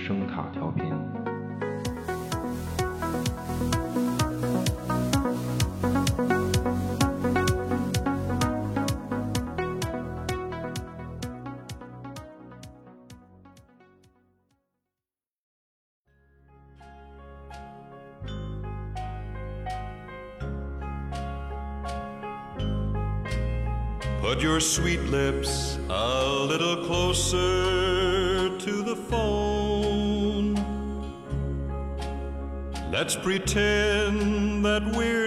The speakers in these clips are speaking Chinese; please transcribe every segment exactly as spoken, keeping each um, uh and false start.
声塔调频。 Put your sweet lips a little closer to the phone. Let's pretend that we're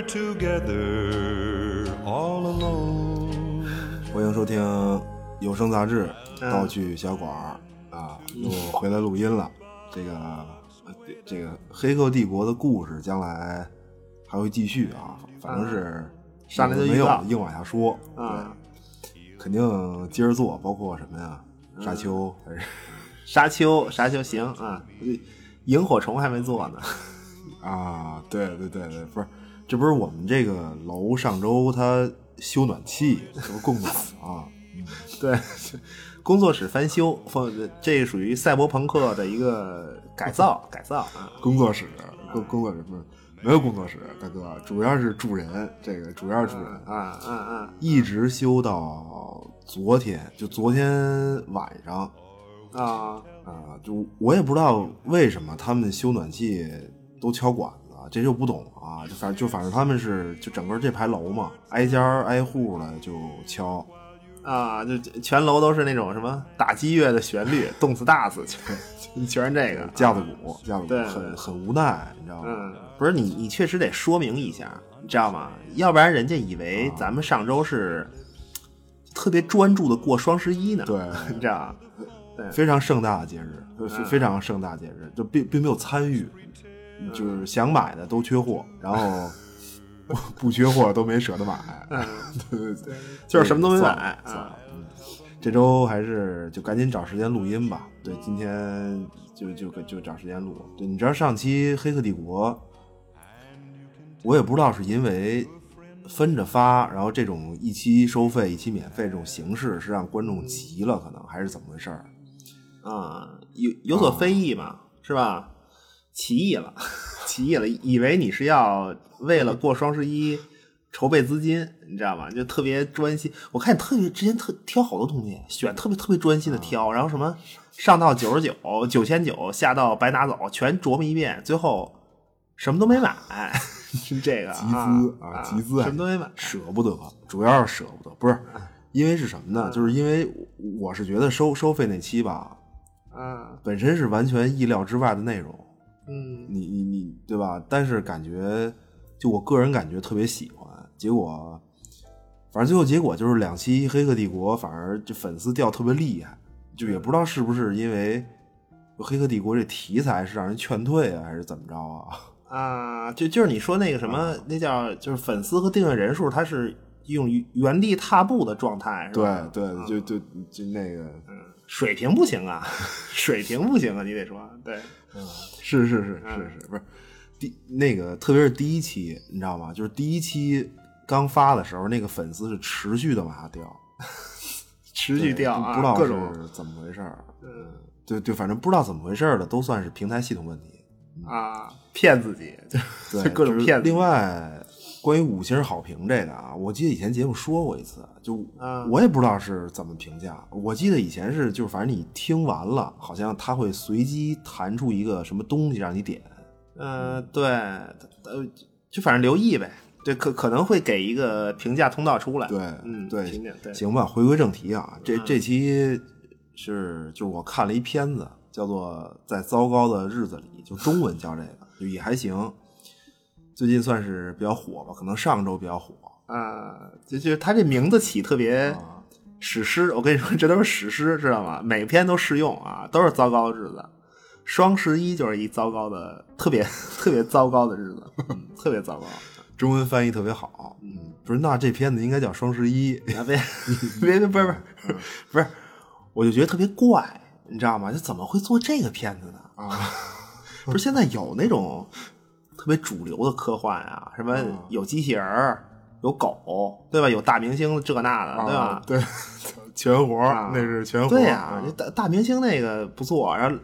together all alone. 欢迎收听有声杂志盗趣小馆啊，又回来录音了。这个这个黑客帝国的故事将来还会继续啊，反正是上来就没有硬往下说啊。 肯定接着做，包括什么呀？沙丘还是沙丘？沙丘行啊，萤火虫还没做呢。 啊，对对对对，不是，这不是我们这个楼上周它修暖气，这不供暖啊？ 对，工作室翻修，这个属于赛博朋克的一个改造，改造啊。 工作室，工工作室不是。没有工作室，大哥，主要是住人，这个主要是住人啊啊啊！ 一直修到昨天，就昨天晚上啊啊，就我也不知道为什么他们修暖气都敲管子，这就不懂啊。就反正就反正他们是就整个这排楼嘛，挨家挨户的就敲啊，就全楼都是那种什么打击乐的旋律，动次打次，全全是这个架子鼓，架子鼓， 对， 很很无奈，你知道吗？ 嗯。不是你，你确实得说明一下，你知道吗？要不然人家以为咱们上周是特别专注的过双十一呢。 对， 你知道吗？对， 非常盛大的节日，嗯、非常盛大节日，就并并没有参与，嗯、就是想买的都缺货，然后不不缺货都没舍得买。 嗯， 对对对， 就是什么都没买。 算了，嗯，这周还是就赶紧找时间录音吧。对，今天就就就找时间录。对，你知道上期《黑客帝国》。我也不知道是因为分着发，然后这种一期收费一期免费这种形式是让观众急了，可能还是怎么回事儿啊？有有所非议嘛，啊、是吧？起义了，起义了，以为你是要为了过双十一筹备资金，你知道吗？就特别专心。我看你特别之前特挑好多东西，选特别特别专心的挑，啊、然后什么上到九十九、九千九，下到白拿走，全琢磨一遍，最后什么都没买。是这个集资啊，集资什么都没买， 舍不得，主要是舍不得，不是因为是什么呢？就是因为我是觉得收收费那期吧， 啊， 本身是完全意料之外的内容， 嗯， 你你你对吧？但是感觉就我个人感觉特别喜欢，结果反正最后结果就是两期《黑客帝国》反而就粉丝掉特别厉害，就也不知道是不是因为《黑客帝国》这题材是让人劝退啊，还是怎么着啊？ 啊，就就是你说那个什么，啊、那叫就是粉丝和订阅人数，它是用原地踏步的状态，是吧？ 对对，就就就那个， 嗯，水平不行啊，水平不行啊，你得说，对， 嗯，是是是是是，不是第那个，特别是第一期，你知道吗？就是第一期刚发的时候，那个粉丝是持续的往下掉， 持续掉啊， 不知道各种是怎么回事儿， 嗯， 对对，反正不知道怎么回事的，都算是平台系统问题。 啊，骗自己， 对， 就各种骗。 另外，关于五星好评这个啊，我记得以前节目说过一次，就、 啊、 我也不知道是怎么评价。我记得以前是，就是反正你听完了，好像他会随机弹出一个什么东西让你点。 嗯、呃，对，呃，就反正留意呗。对，可可能会给一个评价通道出来。 对， 嗯， 对， 对， 行吧。回归正题啊，这、嗯、这期是就是我看了一片子。叫做在糟糕的日子里，就中文叫这个，就也还行。最近算是比较火吧，可能上周比较火啊。就就是他这名字起特别史诗，啊、我跟你说，这都是史诗，知道吗？每篇都适用啊，都是糟糕的日子。双十一就是一糟糕的，特别特别糟糕的日子，嗯、特别糟糕。 中文翻译特别好，嗯，不是，那这片子应该叫双十一。 啊，别别别，不是不是、嗯、不是，我就觉得特别怪。你知道吗？就怎么会做这个片子呢？啊，不是现在有那种特别主流的科幻啊，什么有机器人儿、有狗，对吧？有大明星这那的， 啊、 对吧？ 对，全活、啊、那是全活。 对呀、啊，大大明星那个不错，然后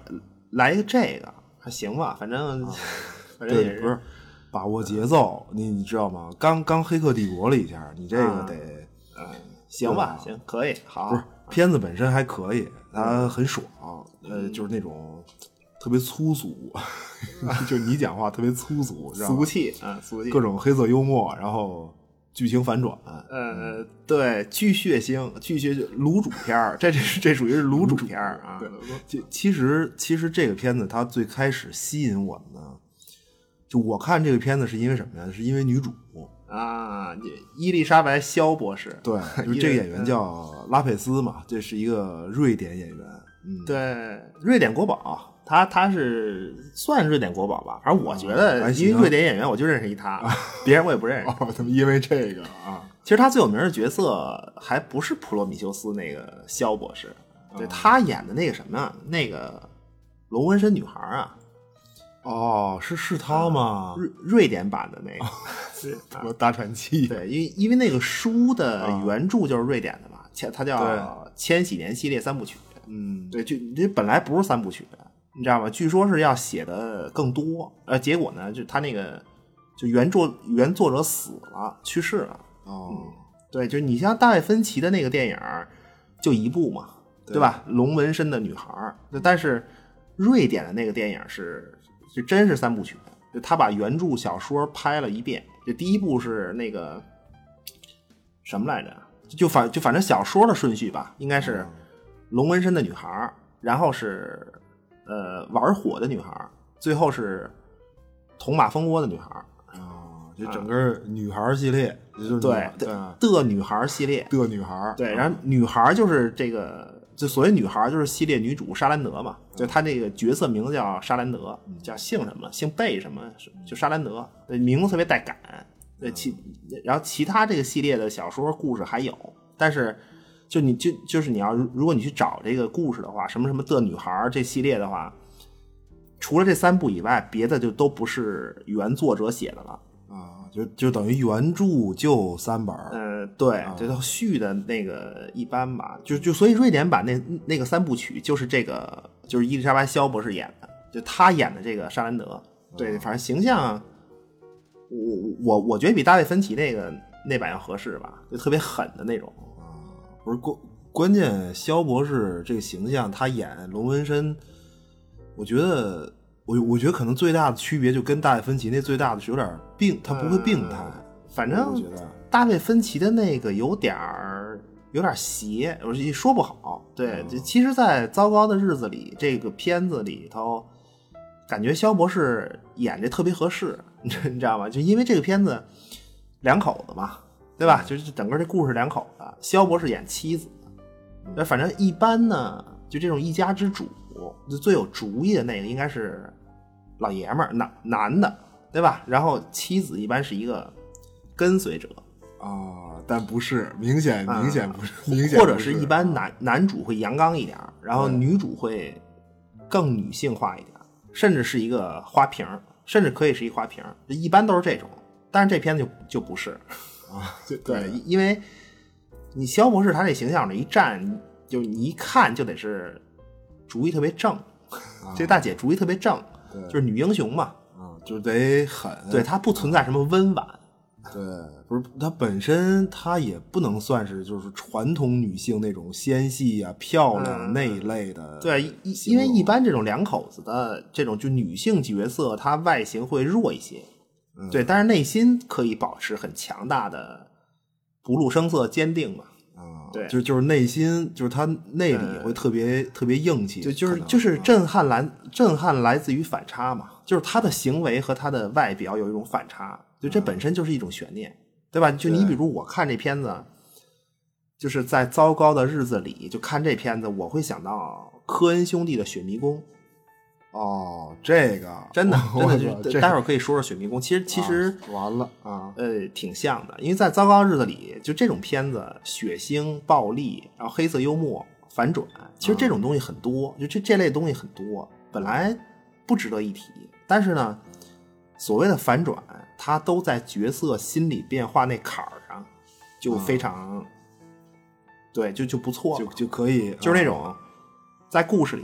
来一个这个还行吧，反正、啊、反正也对，不是把握节奏，你你知道吗？刚刚黑客帝国了一下，你这个得， 嗯、啊，行吧，行，可以，好， 不是片子本身还可以，它很爽，呃，就是那种特别粗俗，就是你讲话特别粗俗， 俗气啊，俗气， 各种黑色幽默，然后剧情反转， 呃，对，巨血腥，巨血卤煮片儿，这这这属于是卤煮片儿啊。 对，其实其实这个片子它最开始吸引我的呢，就我看这个片子是因为什么呀？是因为女主啊，伊丽莎白·肖博士。 对，就是这个演员叫拉佩斯嘛，这是一个瑞典演员。嗯， 对，瑞典国宝。他他是算瑞典国宝吧，反正我觉得，因为瑞典演员我就认识一他，啊、别人我也不认识。 哦，他们因为这个啊， 其实他最有名的角色还不是普罗米修斯那个肖博士，对、哦、他演的那个什么呀？那个龙纹身女孩啊。 哦，是是他吗？ 瑞瑞典版的那个， 什么大喘气？ 对，因为因为那个书的原著就是瑞典的嘛，它叫《千禧年系列三部曲》。 嗯， 对，就这本来不是三部曲，你知道吗？据说是要写的更多，呃，结果呢，就他那个就原作原作者死了，去世了。 哦、 嗯，对，就你像大卫芬奇的那个电影，就一部嘛，对, 对吧？龙纹身的女孩，但是瑞典的那个电影是。就真是三部曲，就他把原著小说拍了一遍。就第一部是那个什么来着？就反就反正小说的顺序吧，应该是龙纹身的女孩，然后是呃玩火的女孩，最后是捅马蜂窝的女孩。 啊、哦，就整个女孩系列，嗯、就是对对的女孩系列的女孩， 对，然后女孩就是这个。就所谓女孩就是系列女主莎兰德嘛，就她这个角色名字叫莎兰德，叫姓什么？姓贝什么？就莎兰德，名字特别带感。对其，然后其他这个系列的小说故事还有，但是就你就就是你要如果你去找这个故事的话，什么什么的女孩这系列的话，除了这三部以外，别的就都不是原作者写的了。 啊，就就等于原著就三本， 呃，对，这都续的那个一般吧，就就所以瑞典版那那个三部曲就是这个，就是伊丽莎白·肖博士演的，就他演的这个莎兰德，对，反正形象，我我我觉得比大卫芬奇那个那版要合适吧，就特别狠的那种啊，不是关关键，肖博士这个形象，他演龙纹身，我觉得。我我觉得可能最大的区别就跟大卫芬奇那最大的是有点病，他不会病态、呃， 反正我觉得大卫芬奇的那个有点儿有点邪，我说不好。对，嗯、其实，在糟糕的日子里这个片子里头，感觉肖博士演这特别合适，你知道吗？就因为这个片子两口子嘛，对吧？嗯、就是整个这故事两口子，肖博士演妻子，嗯、反正一般呢，就这种一家之主。就最有主意的那个应该是老爷们儿，男男的，对吧？然后妻子一般是一个跟随者啊，但不是明显明显不是， 啊、 明显或者是一般男、啊、男主会阳刚一点，然后女主会更女性化一点，甚至是一个花瓶，甚至可以是一花瓶，一般都是这种。但是这片子就就不是啊， 对对，因为你肖博士他这形象上一站，就你一看就得是。主意特别正，啊、这大姐主意特别正，就是女英雄嘛， 啊，就得狠。 对，她不存在什么温婉。 对，不是她本身，她也不能算是就是传统女性那种纤细啊、漂亮、嗯、那一类的。 对，因为一般这种两口子的这种就女性角色，她外形会弱一些，嗯、对，但是内心可以保持很强大的不露声色、坚定嘛。对， 就就是内心，就是他内里会特别、呃、特别硬气， 就就是就是震撼来震撼来自于反差嘛，就是他的行为和他的外表有一种反差，就这本身就是一种悬念，嗯、对吧？就你比如我看这片子，就是在糟糕的日子里，就看这片子，我会想到科恩兄弟的《雪迷宫》。 哦，这个真的真的，就待会儿可以说说《雪迷宫》。其实其实、 啊、完了啊， 呃，挺像的，因为在糟糕日子里，就这种片子，血腥、暴力，然后黑色幽默、反转，其实这种东西很多，啊、就这这类东西很多，本来不值得一提，但是呢，所谓的反转，它都在角色心理变化那坎儿上，就非常，啊、对，就就不错， 就就可以， 就是那种、啊、在故事里。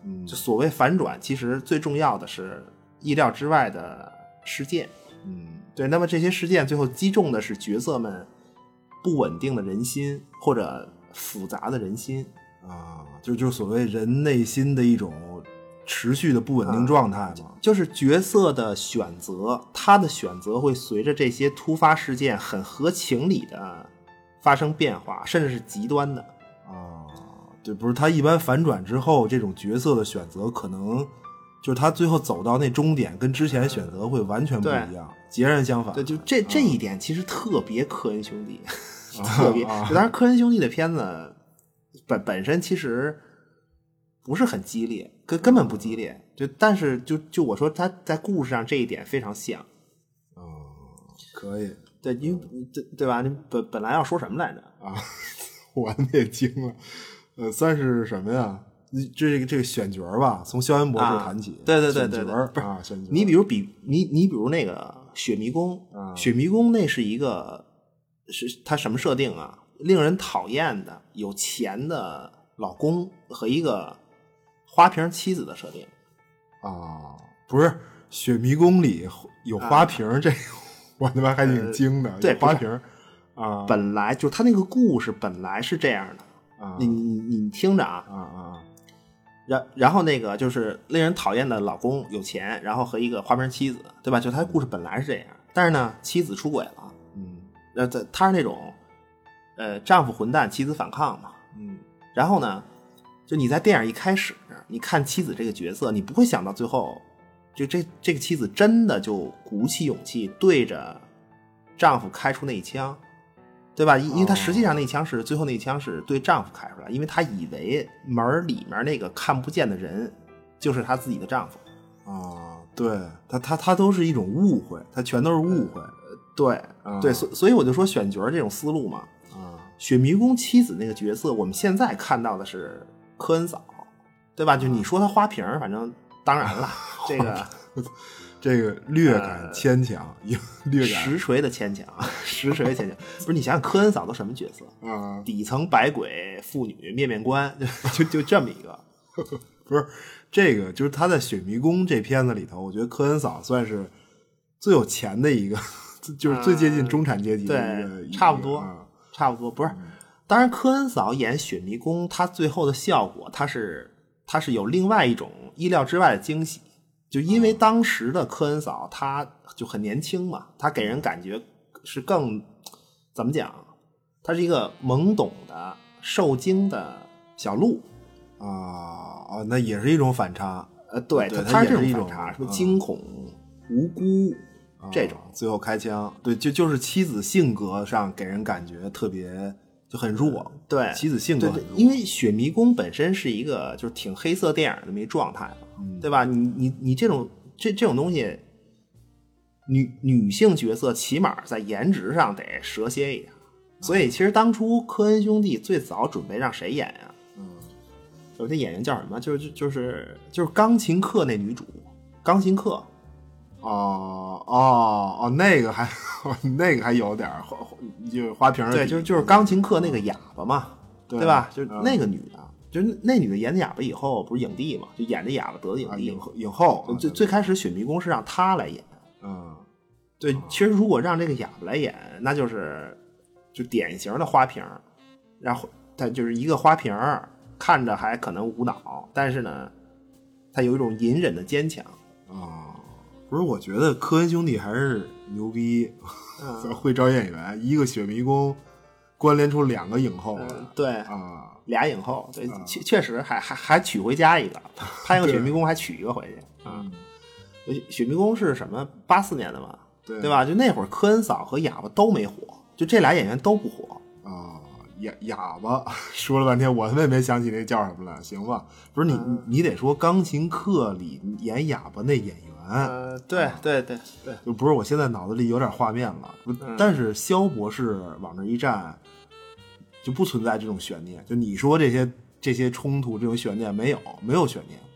嗯就所谓反转，其实最重要的是意料之外的事件。 嗯对，那么这些事件最后击中的是角色们不稳定的人心或者复杂的人心。 啊，就就是所谓人内心的一种持续的不稳定状态嘛。 就是角色的选择，他的选择会随着这些突发事件很合情理的发生变化，甚至是极端的。 啊，对，不是他一般反转之后，这种角色的选择可能就是他最后走到那终点，跟之前选择会完全不一样，截然相反。 对，就这这一点其实特别科恩兄弟，特别。就当然，科恩兄弟的片子本本身其实不是很激烈，根根本不激烈。就但是就就我说他在故事上这一点非常像。 哦，可以。 对，因为对对吧？你本本来要说什么来着啊？我也惊了。呃，算是什么呀？这个这个选角吧，从萧炎博士谈起。 啊、对对对对对， 不是啊，选角。 你比如比你你比如那个雪迷宫， 啊、 雪迷宫那是一个是它什么设定啊？令人讨厌的有钱的老公和一个花瓶妻子的设定啊，不是雪迷宫里有花瓶，啊、这个我他妈还挺惊的。 呃、对， 花瓶啊， 本来就他那个故事本来是这样的。 啊、 你你你听着啊啊啊！ 然然后那个就是令人讨厌的老公有钱，然后和一个花瓶妻子，对吧？就他的故事本来是这样，但是呢，妻子出轨了， 嗯， 呃，他是那种，呃，丈夫混蛋，妻子反抗嘛， 嗯， 然后呢，就你在电影一开始，你看妻子这个角色，你不会想到最后，就这这个妻子真的就鼓起勇气对着丈夫开出那一枪。对吧？因为他实际上那一枪是、哦、最后那一枪是对丈夫开出来，因为他以为门里面那个看不见的人就是他自己的丈夫。 啊，对他他他都是一种误会，他全都是误会。 呃、对、 啊、 对，所所以我就说选角这种思路嘛。 啊， 雪迷宫妻子那个角色，我们现在看到的是科恩嫂，对吧？就你说他花瓶，反正当然了，这个。 这个略感牵强，呃、略感实锤的牵强，实锤的牵强。不是你想想，科恩嫂都什么角色啊？ 底层百鬼妇女面面观，就就这么一个。 不是这个，就是他在《雪迷宫》这片子里头，我觉得科恩嫂算是最有钱的一个，就是最接近中产阶级的一个， 呃、对，差不多， 啊、 差不多。不是，当然科恩嫂演《雪迷宫》，她最后的效果，她是她是有另外一种意料之外的惊喜。就因为当时的科恩嫂，她就很年轻嘛，她给人感觉是更怎么讲？她是一个懵懂的、受惊的小鹿啊啊，那也是一种反差。 呃，对， 对她是这种反差，什么惊恐、嗯、无辜、 啊、 这种， 最后开枪，对，就就是妻子性格上给人感觉特别就很弱。 对， 妻子性格很弱， 因为《雪迷宫》本身是一个就是挺黑色电影的那么一状态嘛。 嗯、 对吧？你你你这种这这种东西，女女性角色起码在颜值上得蛇蝎一点。所以其实当初科恩兄弟最早准备让谁演呀、啊？ 嗯， 有这演员叫什么？就是就是就是钢琴课那女主，钢琴课。 哦哦哦，那个还那个还有点花，就花瓶。 对，就是就是钢琴课那个哑巴嘛， 对, 对吧？就是那个女的。嗯就是那女的演的哑巴以后不是影帝嘛，就演着哑巴得的影帝、 啊、影后影后。 最最开始《雪迷宫》是让她来演， 嗯， 对。其实如果让这个哑巴来演，那就是就典型的花瓶，然后他就是一个花瓶，看着还可能无脑，但是呢，他有一种隐忍的坚强啊。不是，我觉得科恩兄弟还是牛逼，嗯、会招演员，一个《雪迷宫》关联出两个影后、 嗯，对啊。 俩影后，对，确、嗯、确实还还还娶回家一个，拍个《雪迷宫》还娶一个回去啊。嗯，雪迷宫是什么？八四年的嘛， 对对吧？就那会儿，科恩嫂和哑巴都没火，就这俩演员都不火啊。哑哑巴说了半天，我他妈也没想起那叫什么了。行吧，不是你、嗯、你得说钢琴课里演哑巴那演员。 呃，对对对对， 就不是我现在脑子里有点画面了， 嗯、 但是肖博士往那一站。就不存在这种悬念，就你说这些这些冲突这种悬念没有没有悬念，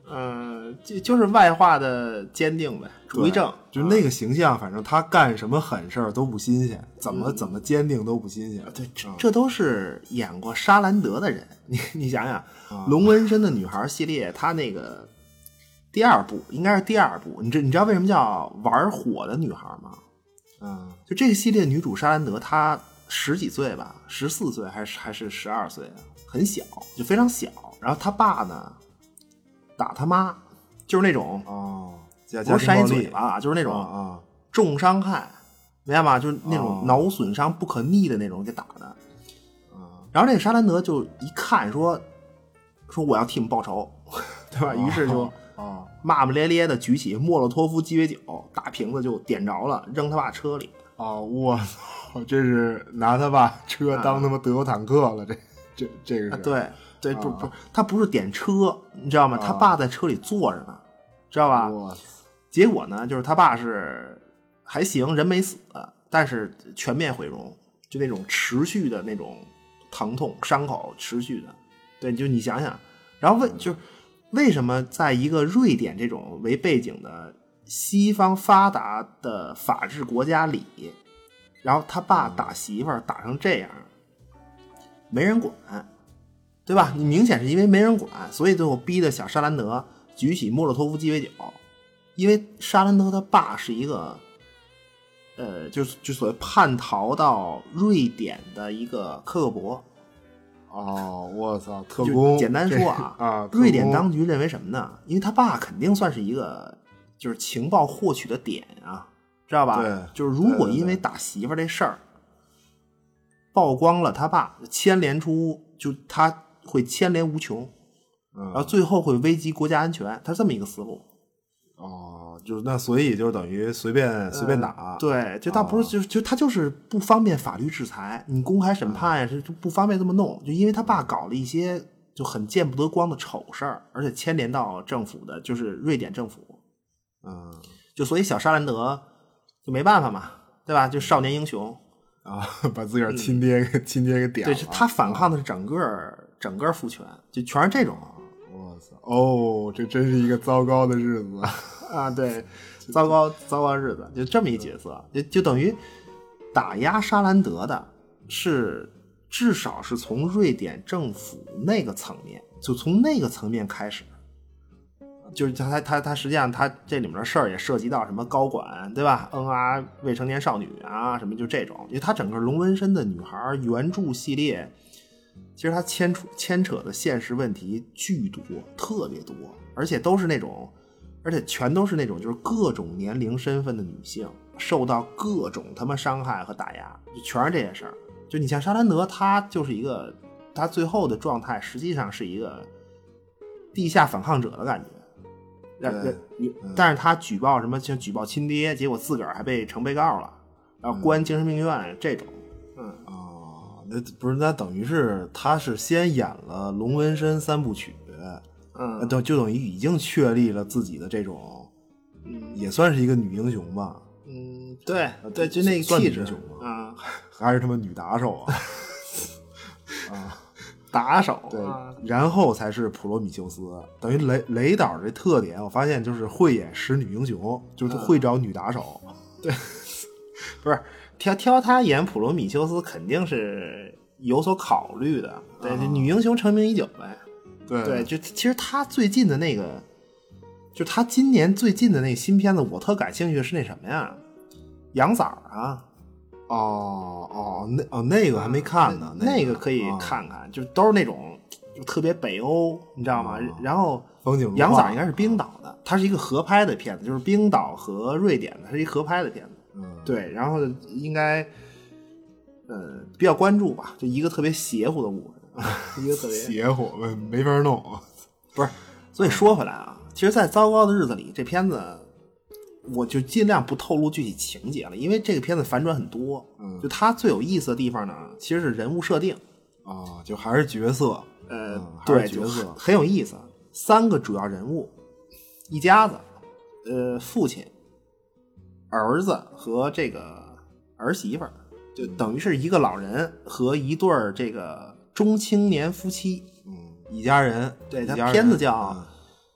嗯，就就是外化的坚定呗，主义症， 就那个形象，反正他干什么狠事儿都不新鲜，怎么、嗯、怎么坚定都不新鲜。 对，这、 嗯、 这都是演过莎兰德的人。你你想想，嗯《龙纹身的女孩》系列，他那个第二部应该是第二部，你知你知道为什么叫玩火的女孩吗？ 嗯， 就这个系列女主莎兰德，她十几岁吧，十四岁还是还是十二岁啊，很小，就非常小。然后她爸呢，打他妈。就是那种哦， 不是扇一嘴巴，就是那种啊重伤害，明白吗？就是那种脑损伤不可逆的那种给打的。 啊， 然后这个莎兰德就一看说说我要替你们报仇，对吧？于是就啊骂骂咧咧的举起莫洛托夫鸡尾酒大瓶子就点着了，扔他爸车里。 哦，我操，这是拿他爸车当他妈德国坦克了，这这这个是、 啊、对。对，不不，他不是点车，你知道吗？他爸在车里坐着呢，知道吧？结果呢，就是他爸是还行，人没死，但是全面毁容，就那种持续的那种疼痛、伤口持续的。对，就你想想，然后为就是为什么在一个瑞典这种为背景的西方发达的法治国家里，然后他爸打媳妇儿打成这样，没人管。对吧？你明显是因为没人管，所以最后逼的小莎兰德举起莫洛托夫鸡尾酒，因为莎兰德他爸是一个，呃，就是就所谓叛逃到瑞典的一个科克勃。 哦，我操，特工！ 简单说啊， 啊， 瑞典当局认为什么呢？因为他爸肯定算是一个就是情报获取的点啊，知道吧？ 对， 就是如果因为打媳妇这事儿曝光了他爸，牵连出就他。会牵连无穷，然后最后会危及国家安全，他是这么一个思路。 哦，就是那所以就等于随便、呃、随便打， 对，就他不是、哦、就就他就是不方便法律制裁，你公开审判呀，是、嗯、就不方便这么弄，就因为他爸搞了一些就很见不得光的丑事儿，而且牵连到政府的，就是瑞典政府， 嗯， 就所以小莎兰德就没办法嘛，对吧？就少年英雄啊，把自个儿亲爹、嗯、亲爹给点了， 对，他反抗的是整个。整个父权就全是这种， 我操！哦，这真是一个糟糕的日子啊！对，糟糕糟糕日子，就这么一角色，就就等于打压莎兰德的是至少是从瑞典政府那个层面，就从那个层面开始，就是他他他他实际上他这里面的事儿也涉及到什么高管对吧？嗯啊，未成年少女啊什么就这种，因为他整个龙纹身的女孩原著系列。其实它牵扯牵扯的现实问题巨多，特别多，而且都是那种，而且全都是那种就是各种年龄身份的女性受到各种他妈伤害和打压，就全是这些事儿。就你像莎兰德，他就是一个，他最后的状态实际上是一个地下反抗者的感觉。让你，但是他举报什么，像举报亲爹，结果自个儿还被成被告了，然后关精神病院这种，嗯。 那不是，那等于是他是先演了《龙纹身三部曲》， 嗯， 就就等于已经确立了自己的这种， 嗯， 也算是一个女英雄吧。 嗯，对对，就那个气质啊，还是他妈女打手啊，啊， 打手对，然后才是普罗米修斯。等于雷雷导这特点，我发现就是会演使女英雄，就是会找女打手。 嗯、对，不是。挑挑他演普罗米修斯肯定是有所考虑的，对，啊、女英雄成名已久呗。 对对，就其实他最近的那个，就他今年最近的那个新片子，我特感兴趣的是那什么呀？杨崽儿啊！ 哦哦，那哦那个还没看呢， 那, 那个可以看看，哦、就都是那种就特别北欧，你知道吗？哦、然后风景杨崽儿应该是冰岛的，它是一个合拍的片子，就是冰岛和瑞典的，它是一个合拍的片子。 嗯， 对，然后应该，呃，比较关注吧，就一个特别邪乎的故事，一个特别邪乎，没法弄， 不是。所以说回来啊，其实，在糟糕的日子里，这片子我就尽量不透露具体情节了，因为这个片子反转很多。 嗯， 就它最有意思的地方呢，其实是人物设定啊，就还是角色， 呃， 嗯、 对， 角色很有意思。三个主要人物，一家子，呃，父亲。儿子和这个儿媳妇儿，就等于是一个老人和一对儿这个中青年夫妻， 嗯，一家人。 对，他片子叫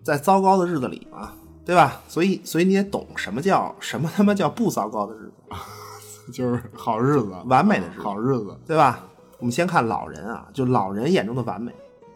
在糟糕的日子里嘛，对吧？所以所以你也懂什么叫什么他妈叫不糟糕的日子， 就是好日子， 完美的日子， 好日子， 对吧？我们先看老人啊，就老人眼中的完美。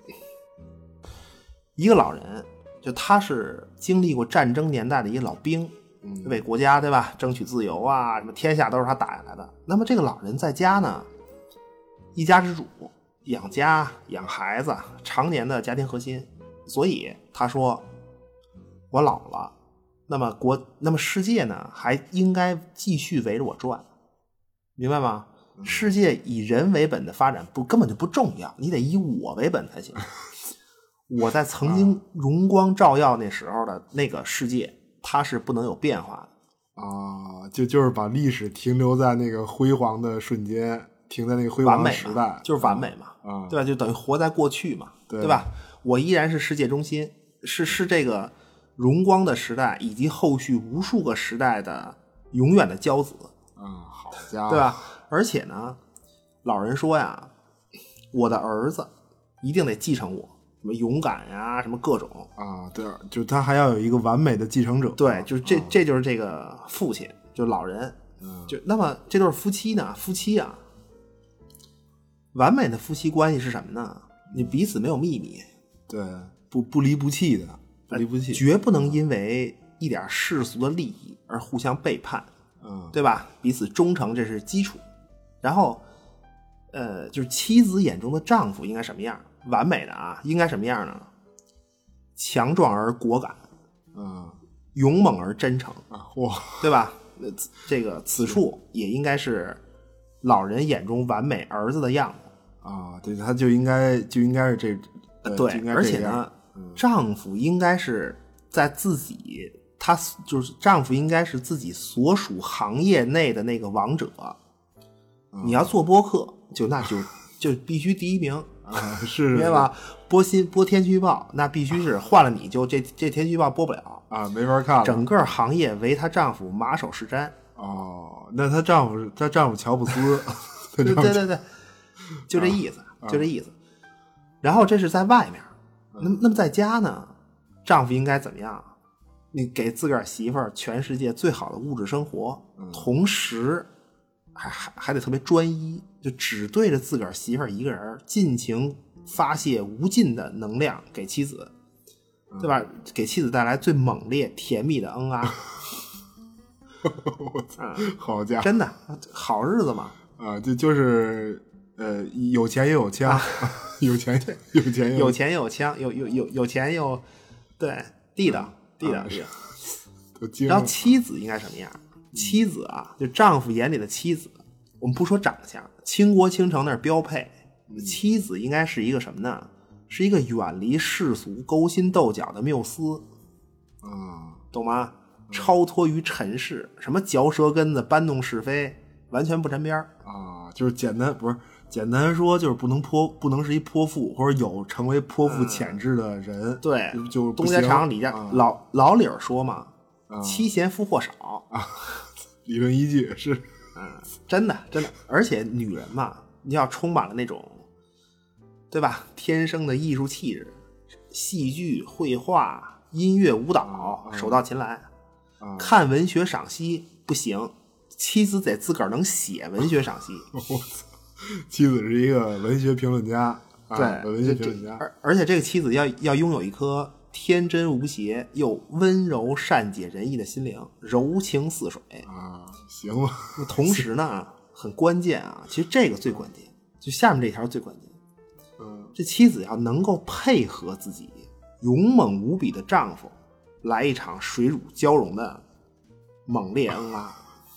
一个老人，就他是经历过战争年代的一个老兵， 嗯， 为国家对吧争取自由啊，什么天下都是他打下来的。那么这个老人在家呢，一家之主，养家养孩子，常年的家庭核心。所以他说，我老了，那么国，那么世界呢，还应该继续围着我转，明白吗？世界以人为本的发展不根本就不重要，你得以我为本才行。我在曾经荣光照耀那时候的那个世界，它是不能有变化的啊，就就是把历史停留在那个辉煌的瞬间，停在那个辉煌的时代， 就是完美嘛， 啊， 对吧？就等于活在过去嘛， 对， 对吧？我依然是世界中心，是是这个荣光的时代以及后续无数个时代的永远的骄子， 嗯，好家伙， 对吧？而且呢，老人说呀，我的儿子一定得继承我。什么勇敢呀，什么各种啊，对，就他还要有一个完美的继承者， 对，就是这、 啊、 这就是这个父亲，就是老人， 嗯， 就那么这对夫妻呢，夫妻啊，完美的夫妻关系是什么呢？你彼此没有秘密， 对，不不离不弃的，不离不弃， 绝不能因为一点世俗的利益而互相背叛， 嗯， 对吧？彼此忠诚这是基础，然后，呃，就是妻子眼中的丈夫应该什么样？完美的啊，应该什么样呢？强壮而果敢， 嗯， 勇猛而真诚啊，哇， 对吧？这个此处也应该是老人眼中完美儿子的样子啊，对，他就应该就应该是这， 对， 对而且呢、 嗯，丈夫应该是在自己，他就是丈夫应该是自己所属行业内的那个王者。嗯、你要做播客，就那就就必须第一名。 啊，是， 明白吧？播新播天气预报，那必须是换了你就这这天气预报播不了啊，没法看了。 整个行业唯她丈夫马首是瞻。 哦，那她丈夫她丈夫乔布斯， 对对对对，就这意思，啊、就这意思。然后这是在外面，那么那么在家呢，丈夫应该怎么样？你给自个儿媳妇儿全世界最好的物质生活， 嗯、 同时还还还得特别专一。就只对着自个儿媳妇儿一个人，尽情发泄无尽的能量给妻子，对吧？嗯、给妻子带来最猛烈、甜蜜的恩啊！ 我操，好家伙， 真的好日子嘛！ 啊，就就是呃，有钱也有枪，啊、有钱有钱有钱有枪，有有有有钱有对地道地道地道。然后妻子应该什么样？妻子啊，就丈夫眼里的妻子。我们不说长相，倾国倾城那是标配。妻子应该是一个什么呢？是一个远离世俗、勾心斗角的缪斯， 嗯， 懂吗？超脱于尘世，什么嚼舌根子、搬弄是非，完全不沾边啊。就是简单不是简单说，就是不能泼，不能是一泼妇，或者有成为泼妇潜质的人。 嗯、对， 就, 就东家长李家、 啊、 老老理儿说嘛， 啊、 妻贤夫祸少啊，理论依据是。 嗯，真的真的，而且女人嘛，你要充满了那种，对吧？天生的艺术气质，戏剧、绘画、音乐、舞蹈，手到擒来。 啊、 看文学赏析不行，妻子得自个儿能写文学赏析。 我操，妻子是一个文学评论家， 对， 啊、文学评论家。 而而且这个妻子要要拥有一颗天真无邪又温柔善解人意的心灵，柔情似水啊，行吧。 同时呢，很关键啊，其实这个最关键，就下面这条最关键。 嗯， 这妻子要能够配合自己勇猛无比的丈夫，来一场水乳交融的猛烈恩爱。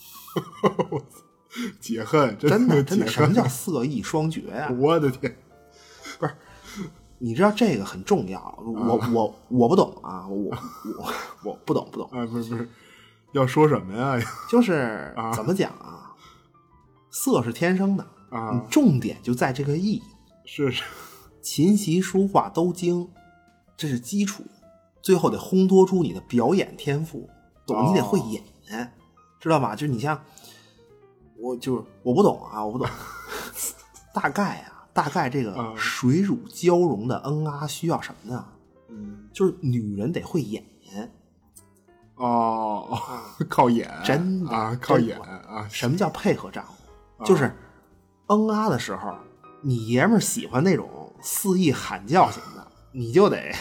解恨， 真的真的， 解什么叫色艺双绝啊？ 我的天， 不是。你知道这个很重要，我、啊、我我不懂啊，我我我不懂不懂啊，不是不是，要说什么呀？ 就是怎么讲啊？色是天生的啊， 重点就在这个艺， 是是， 琴棋书画都精，这是基础，最后得烘托出你的表演天赋，懂？ 哦、 你得会演，知道吧？就是你像我，就是我不懂啊，我不懂，大概啊。大概这个水乳交融的恩啊需要什么呢？ 嗯， 就是女人得会演。 哦，靠演， 真的啊，靠演真的啊！ 什么叫配合丈夫？就是嗯啊的时候，你爷们儿喜欢那种肆意喊叫型的，你就得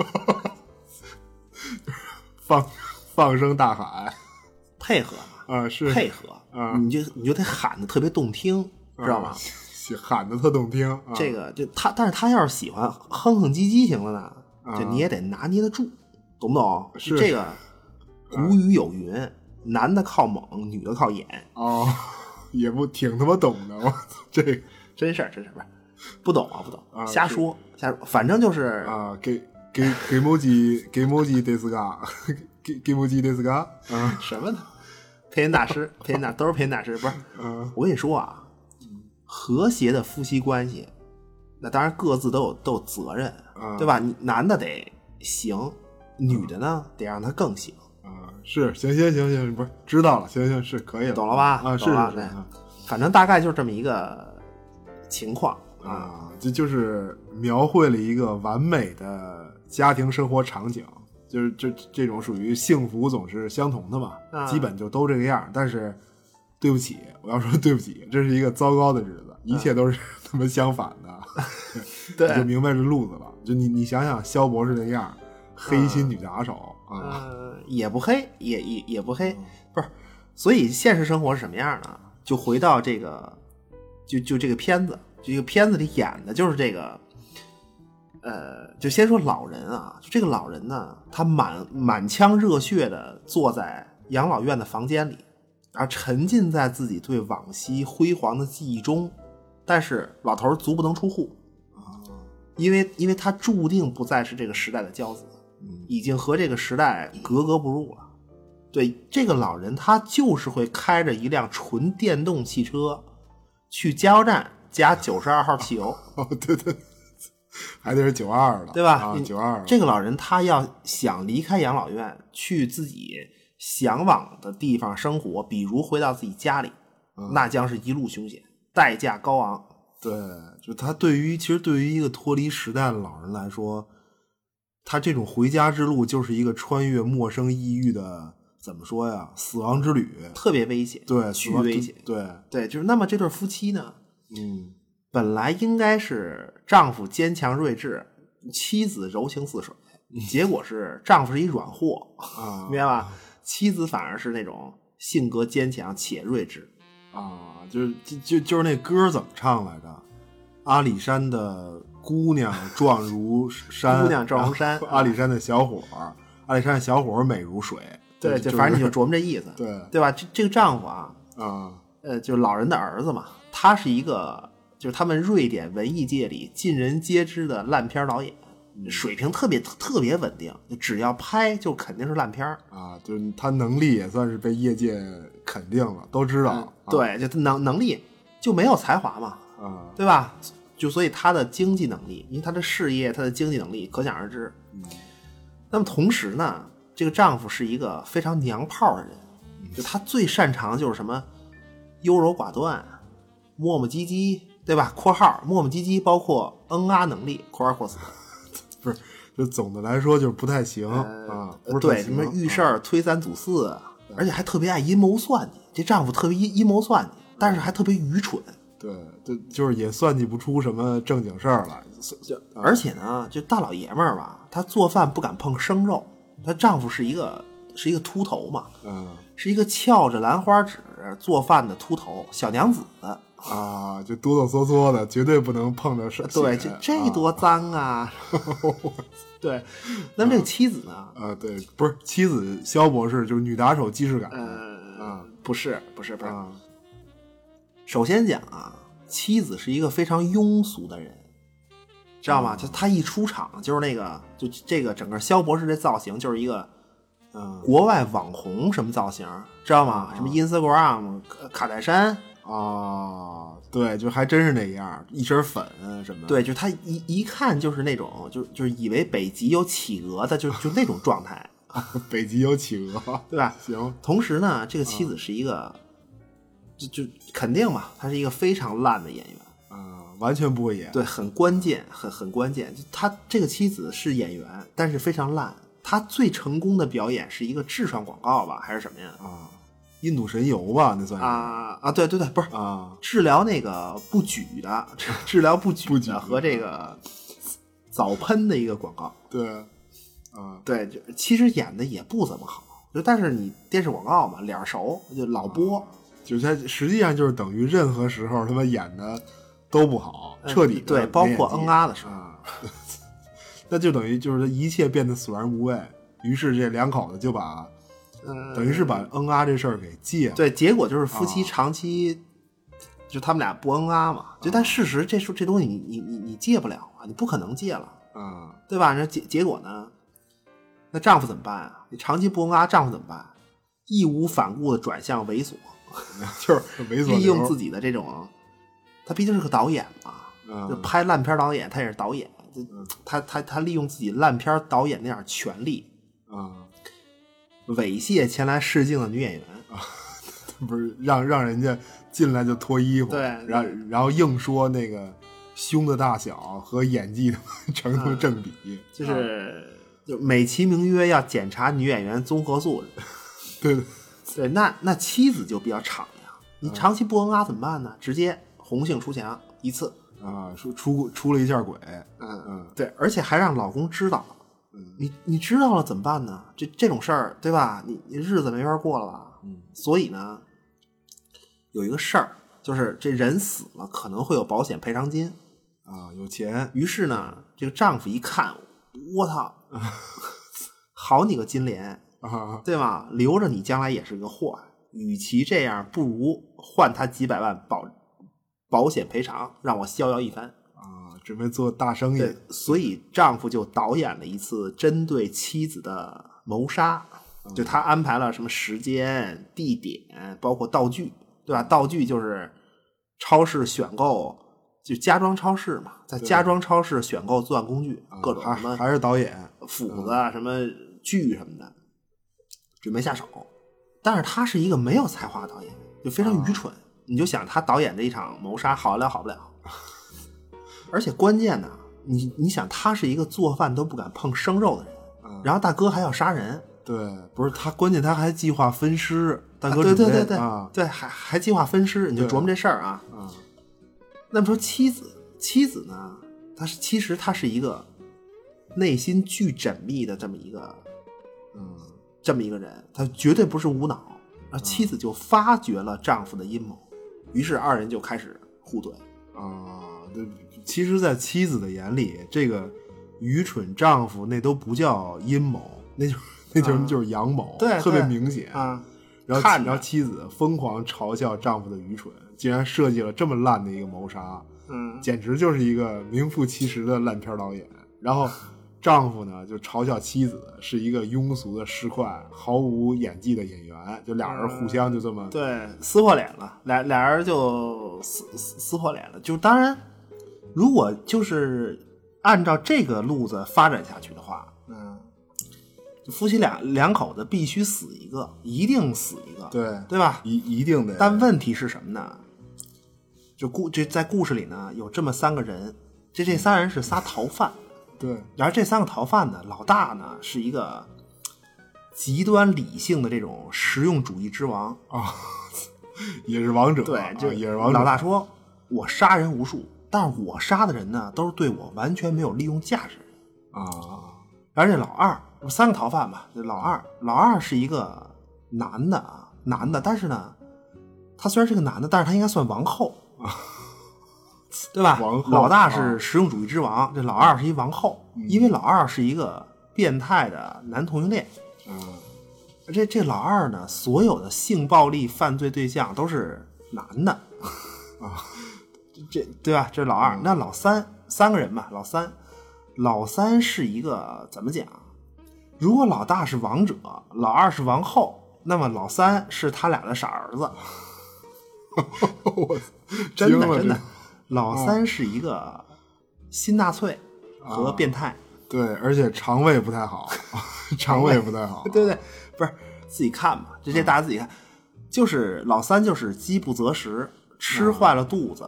放放声大喊配合嘛， 啊，是配合啊， 你就你就得喊的特别动听，知道吗？ 啊喊的特动听。啊、 这个就他，但是他要是喜欢哼哼唧唧型的呢，就你也得拿捏得住，懂不懂？ 是这个古语有云，男的靠猛，女的靠演。 哦，也不挺他妈懂的，我这个真事儿，真事儿，不是不懂啊，不懂， 啊瞎说瞎说，反正就是啊，给给给某几给某几得是个，给给某几得是个，啊， 什么呢？配音大师，配音大都是配音大师，不是？ 嗯， 我跟你说啊，和谐的夫妻关系，那当然各自都有都有责任， 啊对吧？你男的得行，女的呢得让他更行， 啊，是，行行行行，不是知道了，行行是可以了， 懂了吧？ 啊，是懂了对是是啊反正大概就是这么一个情况啊。 啊，这就是描绘了一个完美的家庭生活场景，就是这这种属于幸福总是相同的嘛， 啊基本就都这个样。但是对不起，我要说对不起，这是一个糟糕的日子，一切都是他妈相反的， 对你就明白这路子了。就你你想想，肖博士那样，黑心女打手啊， 呃，也不黑，也也也不黑，不是。所以现实生活是什么样呢？就回到这个，就就这个片子，这个片子里演的就是这个，呃，就先说老人啊，就这个老人呢，他满满腔热血的坐在养老院的房间里，然后沉浸在自己对往昔辉煌的记忆中，但是老头儿足不能出户，因为因为他注定不再是这个时代的骄子，已经和这个时代格格不入了。对，这个老人他就是会开着一辆纯电动汽车去加油站加九十二号汽油， 哦，对对，还得是九二的， 对吧？ 啊，九二。 这个老人他要想离开养老院，去自己向往的地方生活，比如回到自己家里， 嗯、 那将是一路凶险，代价高昂。 对，就他对于其实对于一个脱离时代的老人来说，他这种回家之路就是一个穿越陌生异域的。怎么说呀？死亡之旅特别危险， 对， 巨危险， 对对，就是那么这对夫妻呢， 嗯， 本来应该是丈夫坚强睿智，妻子柔情似水，结果是丈夫是一软货啊， 明白吧？妻子反而是那种性格坚强且睿智啊，就是就就就是那歌怎么唱来着？阿里山的姑娘壮如山， 姑娘壮如山， 阿里山的小伙，阿里山的小伙美如水。 对，就反正你就琢磨这意思， 对对吧？这这个丈夫啊， 啊， 呃，就是老人的儿子嘛，他是一个，就是他们瑞典文艺界里尽人皆知的烂片导演，水平特别特别稳定，只要拍就肯定是烂片啊，就是他能力也算是被业界肯定了，都知道。 嗯、对，就他能能力就没有才华嘛， 啊， 对吧？就所以他的经济能力，因为他的事业，他的经济能力可想而知。 嗯， 那么同时呢？这个丈夫是一个非常娘炮的人，就他最擅长就是什么优柔寡断、磨磨唧唧，对吧？括号磨磨唧唧，包括嗯啊能力，括号括死， 不是，就总的来说就是不太行、 呃、 啊。 不是对，什么遇事儿推三阻四，而且还特别爱阴谋算计。这丈夫特别阴谋算计，但是还特别愚蠢。 对，就就是也算计不出什么正经事儿来。 而且呢，就大老爷们儿吧，他做饭不敢碰生肉。她丈夫是一个是一个秃头嘛， 嗯， 是一个翘着兰花指做饭的秃头小娘子啊，就哆哆嗦嗦的，绝对不能碰到水。 对，这这多脏啊！啊对，那么这个妻子呢？ 啊，对，不是妻子肖博士就是女打手既视感。 呃啊， 不是，不是，不是。 啊、 首先讲啊，妻子是一个非常庸俗的人。知道吗？就他一出场就是那个，就这个整个肖博士这造型就是一个， 嗯， 国外网红什么造型，知道吗？ 嗯、 什么 Instagram 卡戴珊啊，对，就还真是那样，一身粉什么的。 对，就他一一看就是那种，就就是以为北极有企鹅的，就就那种状态。 北极有企鹅， 对吧？ 行。 同时呢，这个妻子是一个，嗯、就就肯定嘛，她是一个非常烂的演员。 啊， 完全不会演。 对，很关键，很很关键。就他这个妻子是演员，但是非常烂。他最成功的表演是一个痔疮广告吧，还是什么呀？ 啊，印度神油吧，那算是啊啊，对对对，不是啊， 治疗那个不举的，治疗不举不举的和这个早喷的一个广告。 对啊， 对，就其实演的也不怎么好，就但是你电视广告嘛，脸熟，就老播。 就是他实际上就是等于任何时候他们演的都不好，彻底的对，包括嗯啊的时候， 啊，那就等于就是一切变得索然无味。于是这两口子就把， 嗯， 等于是把嗯啊这事儿给戒了。 对，结果就是夫妻长期，就他们俩不嗯啊嘛。就但事实这说这东西你你你你戒不了啊，你不可能戒了， 啊， 对吧？那结结果呢？那丈夫怎么办啊？你长期不嗯啊，丈夫怎么办？义无反顾的转向猥琐。就是猥琐利用自己的这种，他毕竟是个导演嘛， 嗯、 就拍烂片导演，他也是导演，就他他他利用自己烂片导演那点权利啊， 猥亵前来试镜的女演员， 啊、不是让让人家进来就脱衣服， 对， 然后然后硬说那个胸的大小和演技的程度正比， 嗯、就是、啊、就美其名曰要检查女演员综合素质， 对对。 对，那那妻子就比较敞亮，你长期不嗯啊怎么办呢？直接红杏出墙一次啊，出出出了一下轨， 嗯嗯， 对，而且还让老公知道，嗯，你你知道了怎么办呢？这这种事儿，对吧？你你日子没法过了吧？ 嗯， 所以呢，有一个事儿，就是这人死了可能会有保险赔偿金啊，有钱。 于是呢，这个丈夫一看，我操，好你个金莲！ 啊， 对吧？留着你将来也是个祸害，与其这样，不如换他几百万保保险赔偿，让我逍遥一番啊！准备做大生意， 对，所以丈夫就导演了一次针对妻子的谋杀， 嗯、 就他安排了什么时间、地点，包括道具，对吧？道具就是超市选购，就家装超市嘛，在家装超市选购作案工具，各种什么还是导演斧子啊，嗯、什么锯什么的。准备下手，但是他是一个没有才华的导演，就非常愚蠢。啊、你就想他导演这一场谋杀好得了好不了，而且关键呢，你你想他是一个做饭都不敢碰生肉的人，啊、然后大哥还要杀人， 对，不是他，关键他还计划分尸，大哥、 啊、对对对对啊， 对，还还计划分尸，你就琢磨这事儿啊。 啊， 那么说妻子，妻子呢，她是其实她是一个内心巨缜密的这么一个，嗯。这么一个人，他绝对不是无脑，而妻子就发觉了丈夫的阴谋，于是二人就开始互怼啊。其实，在妻子的眼里，这个愚蠢丈夫那都不叫阴谋，那就那就、啊、就是阳谋， 对， 特别明显啊。 然后，然后妻子疯狂嘲笑丈夫的愚蠢，竟然设计了这么烂的一个谋杀， 嗯， 简直就是一个名副其实的烂片导演。然后。丈夫呢就嘲笑妻子是一个庸俗的市侩毫无演技的演员，就俩人互相就这么、 嗯、对撕破脸了，俩俩人就撕撕破脸了。就当然，如果就是按照这个路子发展下去的话，嗯，夫妻俩两口子必须死一个，一定死一个， 对对吧？ 一一定的。 但问题是什么呢？就故这在故事里呢有这么三个人，这这仨人是仨逃犯。 对， 然后这三个逃犯呢，老大呢是一个极端理性的这种实用主义之王啊，也是王者， 对，就、 啊、也是王者。 老大说：“我杀人无数，但是我杀的人呢，都是对我完全没有利用价值啊。” 然后这老二，三个逃犯吧，这老二，老二是一个男的啊，男的，但是呢，他虽然是个男的，但是他应该算王后啊。对吧？老大是实用主义之王，啊、这老二是一王后，嗯、因为老二是一个变态的男同性恋。 嗯， 这这老二呢，所有的性暴力犯罪对象都是男的啊，这对吧？这是老二，嗯、那老三三个人吧，老三，老三是一个怎么讲？如果老大是王者，老二是王后，那么老三是他俩的傻儿子。 我真的真的。老三是一个新纳粹和变态， 啊、对，而且肠胃不太好，肠胃不太好， 对对，不是自己看吧，这这大家自己看，嗯、就是老三就是饥不择食，吃坏了肚子，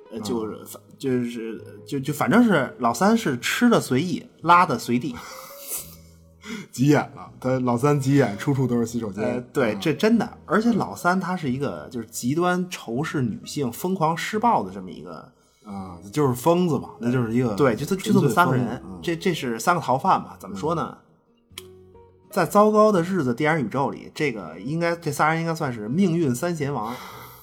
呃，就是就是就就反正是老三是吃的随意，拉的随地。 急眼了，他老三急眼，处处都是洗手间。 呃，对， 嗯这真的，而且老三他是一个就是极端仇视女性、疯狂施暴的这么一个啊，就是疯子嘛，那就是一个对，就就这么三个人， 嗯、 这这是三个逃犯嘛？怎么说呢？嗯、在糟糕的日子电影宇宙里，这个应该这仨人应该算是命运三贤王。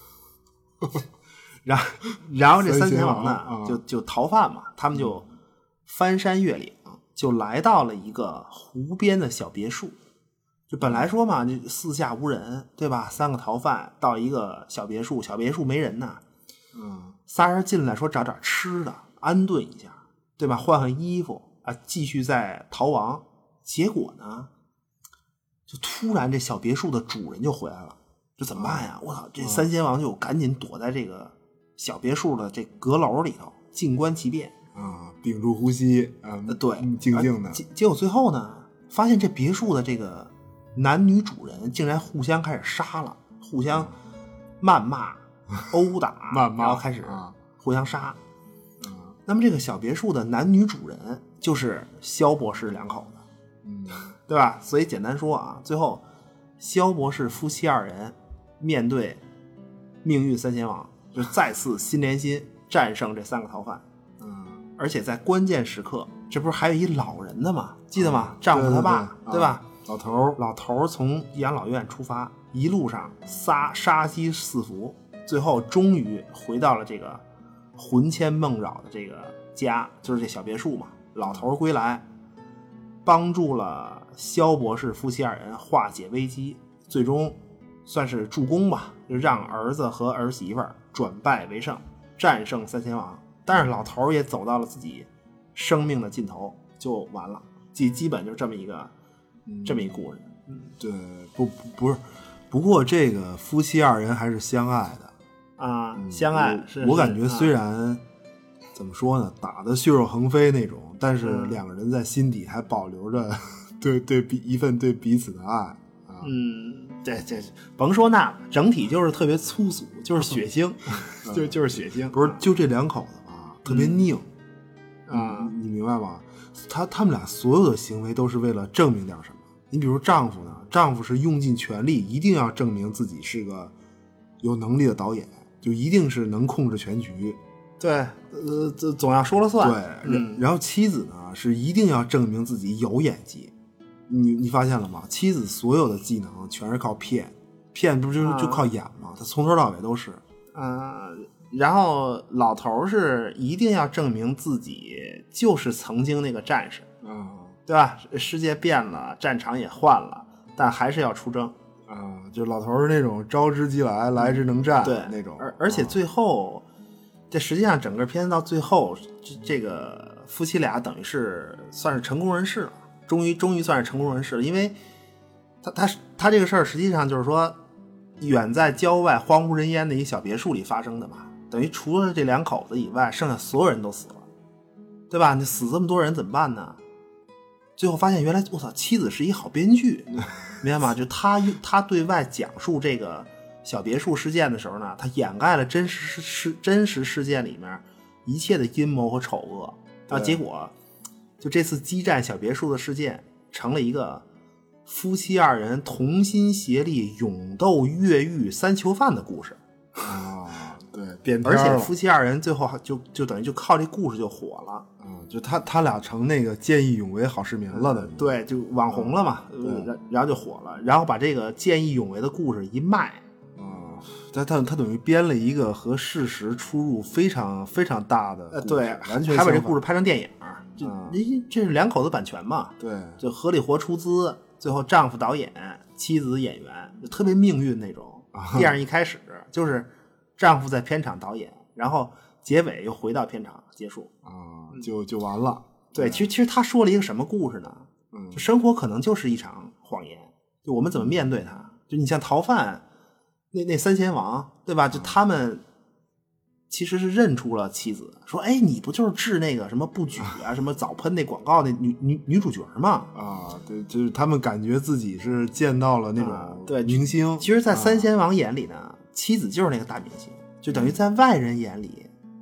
然后然后这三贤王呢， 啊、 就就逃犯嘛，他们就翻山越岭。就来到了一个湖边的小别墅，就本来说嘛，就四下无人，对吧？三个逃犯到一个小别墅，小别墅没人呢， 嗯， 仨人进来说找点吃的，安顿一下，对吧？换换衣服啊，继续再逃亡。结果呢，就突然这小别墅的主人就回来了，这怎么办呀？我操！这三贤王就赶紧躲在这个小别墅的这阁楼里头，静观其变。 啊，屏住呼吸啊， 对， 静静的。 结结果最后呢，发现这别墅的这个男女主人竟然互相开始杀了，互相谩骂、殴打， 谩骂， 然后开始互相杀。啊、那么这个小别墅的男女主人就是萧博士两口子， 嗯， 对吧？所以简单说啊，最后萧博士夫妻二人面对命运三贤王，就再次心连心，战胜这三个逃犯。而且在关键时刻，这不是还有一老人的吗？记得吗？嗯、丈夫他爸， 对, 对, 对, 对吧？ 啊、老头老头从养老院出发，一路上杀杀机四伏，最后终于回到了这个魂牵梦绕的这个家，就是这小别墅嘛。老头归来，帮助了萧博士夫妻二人化解危机，最终算是助攻吧，就让儿子和儿媳妇转败为胜，战胜三贤王。但是老头也走到了自己生命的尽头，就完了。基基本就是这么一个、嗯、这么一故事。 嗯，对，不不不是，不过这个夫妻二人还是相爱的啊，嗯、相爱我是。 我感觉虽然、啊、怎么说呢，打得血肉横飞那种，但是两个人在心底还保留着对对彼一份对彼此的爱。啊、 嗯，这这甭说那，整体就是特别粗俗，就是血腥，就就是血腥。 不是，就这两口子。特别拧啊、 嗯，你明白吗？他他们俩所有的行为都是为了证明点什么。你比如丈夫呢，丈夫是用尽全力，一定要证明自己是个有能力的导演，就一定是能控制全局。 对，呃，这总要说了算。 对， 嗯、 然后妻子呢是一定要证明自己有演技。你你发现了吗？妻子所有的技能全是靠骗，骗不就就靠演吗？他从头到尾都是。 啊、呃。然后老头是一定要证明自己就是曾经那个战士， 啊， 对吧？世界变了，战场也换了，但还是要出征啊。就老头是那种招之即来，来之能战， 对那种。 而而且最后，啊、这实际上整个片到最后，这这个夫妻俩等于是算是成功人士了，终于终于算是成功人士了，因为他他他这个事儿实际上就是说，远在郊外荒无人烟的一小别墅里发生的嘛。等于除了这两口子以外，剩下所有人都死了，对吧？你死这么多人怎么办呢？最后发现原来我操，妻子是一好编剧，明白吗？就他他对外讲述这个小别墅事件的时候呢，他掩盖了真实事真实事件里面一切的阴谋和丑恶啊。结果就这次激战小别墅的事件，成了一个夫妻二人同心协力勇斗越狱三囚犯的故事啊。对， 而且夫妻二人最后就就等于就靠这故事就火了， 嗯，就他他俩成那个见义勇为好市民了的、嗯， 对，就网红了嘛，嗯、然然后就火了，然后把这个见义勇为的故事一卖， 啊、嗯，他他他等于编了一个和事实出入非常非常大的故事， 呃，对， 完全还把这故事拍成电影，这、 嗯、 这是两口子版权嘛， 对， 就合理活出资，最后丈夫导演，妻子演员，就特别命运那种。 啊、 电影一开始就是丈夫在片场导演，然后结尾又回到片场结束啊，就就完了。 对，其实其实他说了一个什么故事呢？ 嗯， 就生活可能就是一场谎言，就我们怎么面对它。就你像逃犯，那那三贤王，对吧？就他们其实是认出了妻子，说：“哎，你不就是治那个什么不举啊，什么早喷那广告那女女女主角吗？” 啊，对，就是他们感觉自己是见到了那种、 啊、对明星。 其实，在三贤王眼里呢。啊妻子就是那个大明星，就等于在外人眼里，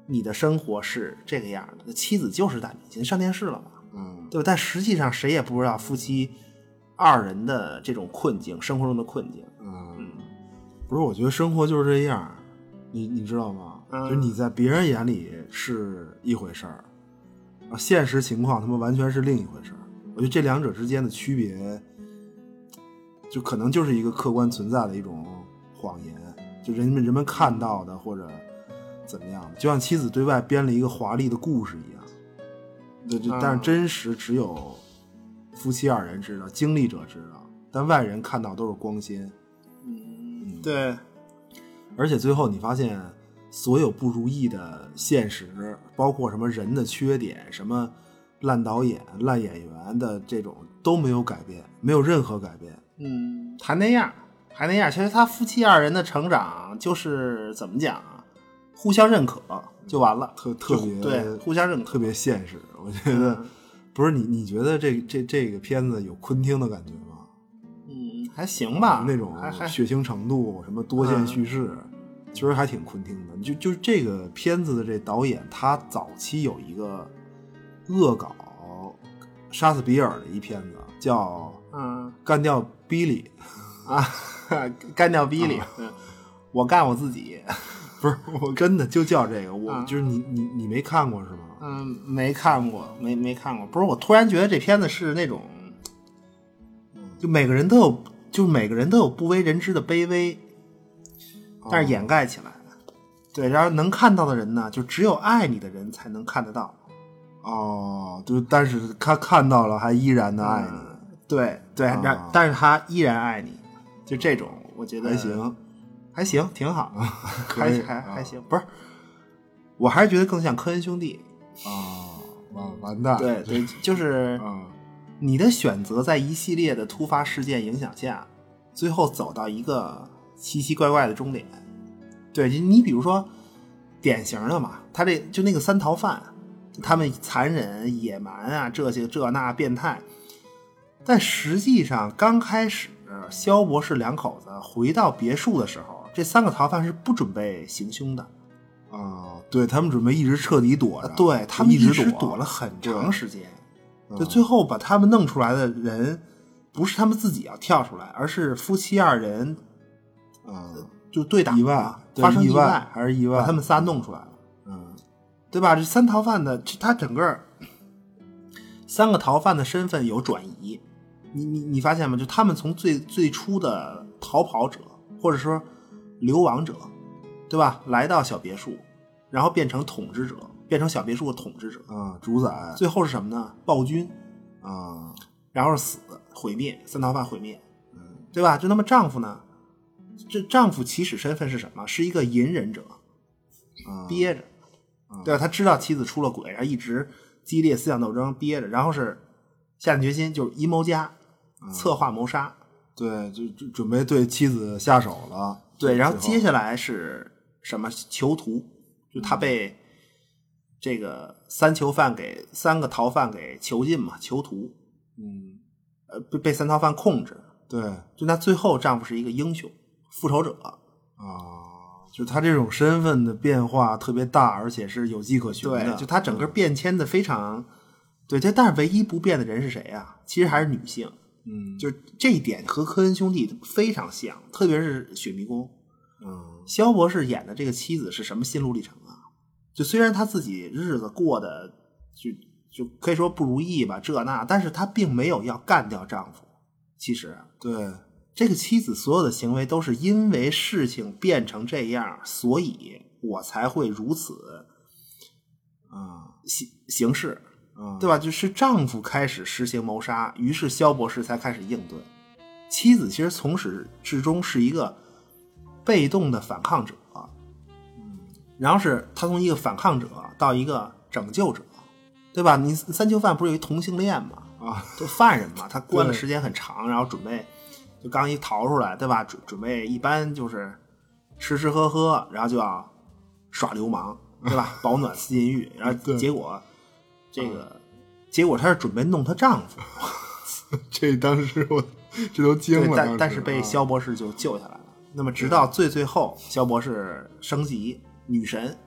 你的生活是这个样的，妻子就是大明星，上电视了嘛， 嗯， 对吧？但实际上谁也不知道夫妻二人的这种困境，生活中的困境。 嗯，不是，我觉得生活就是这样，你你知道吗？ 嗯、 就是你在别人眼里是一回事儿，啊，现实情况他妈完全是另一回事儿。我觉得这两者之间的区别，就可能就是一个客观存在的一种谎言，就人们人们看到的或者怎么样的，就像妻子对外编了一个华丽的故事一样。对， 嗯、 但是真实只有夫妻二人知道，经历者知道，但外人看到都是光鲜。 嗯，对。 而且最后你发现，所有不如意的现实，包括什么人的缺点，什么烂导演、烂演员的这种都没有改变，没有任何改变。 嗯，还那样，还那样。其实他夫妻二人的成长就是怎么讲啊，互相认可就完了， 特特别对，互相认可， 特别现实。我觉得、嗯、不是你，你觉得这这这个片子有昆汀的感觉吗？ 嗯，还行吧， 那种血腥程度，什么多线叙事，嗯、其实还挺昆汀的。就就这个片子的这导演，他早期有一个恶搞杀死比尔的一片子，叫嗯干掉比利啊，干掉比利、啊嗯，我干我自己。 不是，我真的就叫这个，我、嗯、就是你你你没看过是吗？ 嗯，没看过，没没看过。不是，我突然觉得这片子是那种，就每个人都有，就每个人都有不为人知的卑微，但是掩盖起来。哦、对，然后能看到的人呢，就只有爱你的人才能看得到。 哦，就但是他看到了，还依然的爱你。 嗯、对对， 哦、 但但是他依然爱你，就这种，我觉得还行。 还行，挺好，还还还行，不是，我还是觉得更像科恩兄弟啊，完完蛋， 对对，就是你的选择在一系列的突发事件影响下，最后走到一个奇奇怪怪的终点。对，你比如说典型的嘛，他这就那个三逃犯，他们残忍、野蛮啊，这些这那变态，但实际上刚开始肖博士两口子回到别墅的时候。这三个逃犯是不准备行凶的啊，对他们准备一直彻底躲着， 对他们一直躲躲了很长时间，就最后把他们弄出来的人，不是他们自己要跳出来，而是夫妻二人， 啊， 就对打意外发生意外还是意外， 把他们仨弄出来了， 嗯， 对吧？这三逃犯的，他整个三个逃犯的身份有转移，你你你发现吗？就他们从最最初的逃跑者，或者说流亡者，对吧？来到小别墅，然后变成统治者，变成小别墅的统治者啊，主宰。 最后是什么呢？暴君啊， 然后是死，毁灭，三逃犯毁灭，嗯，对吧？就那么丈夫呢？这丈夫起始身份是什么？是一个隐忍者， 啊、 憋着， 啊、 对吧？他知道妻子出了轨，然后一直激烈思想斗争，憋着，然后是下定决心，就是阴谋家， 啊、 策划谋杀， 对，就就准备对妻子下手了。 对，然后接下来是什么？囚徒，就他被这个三囚犯给三个逃犯给囚禁嘛，囚徒， 嗯， 呃，被被三逃犯控制。 对， 就那最后丈夫是一个英雄，复仇者啊，就他这种身份的变化特别大，而且是有迹可循的。 对，就他整个变迁的非常，对，这但是唯一不变的人是谁啊？其实还是女性。 嗯， 就这一点和科恩兄弟非常像，特别是雪迷宫。 嗯， 肖博士演的这个妻子是什么心路历程啊？就虽然他自己日子过得就就可以说不如意吧，这那，但是他并没有要干掉丈夫。其实， 对这个妻子所有的行为都是因为事情变成这样，所以我才会如此啊行行事。 嗯， 对吧？就是丈夫开始实行谋杀，于是肖博士才开始应对。妻子其实从始至终是一个被动的反抗者，嗯，然后是他从一个反抗者到一个拯救者，对吧？你三囚犯不是有一同性恋吗？ 啊， 都犯人嘛，他关了时间很长，然后准备就刚一逃出来，对吧？准准备一般就是吃吃喝喝，然后就要耍流氓，对吧？保暖思淫欲，然后结果。这个、嗯、结果她是准备弄她丈夫， 这当时我这都惊了， 但但是被肖博士就救下来了。那么直到最最后，肖博士升级女神，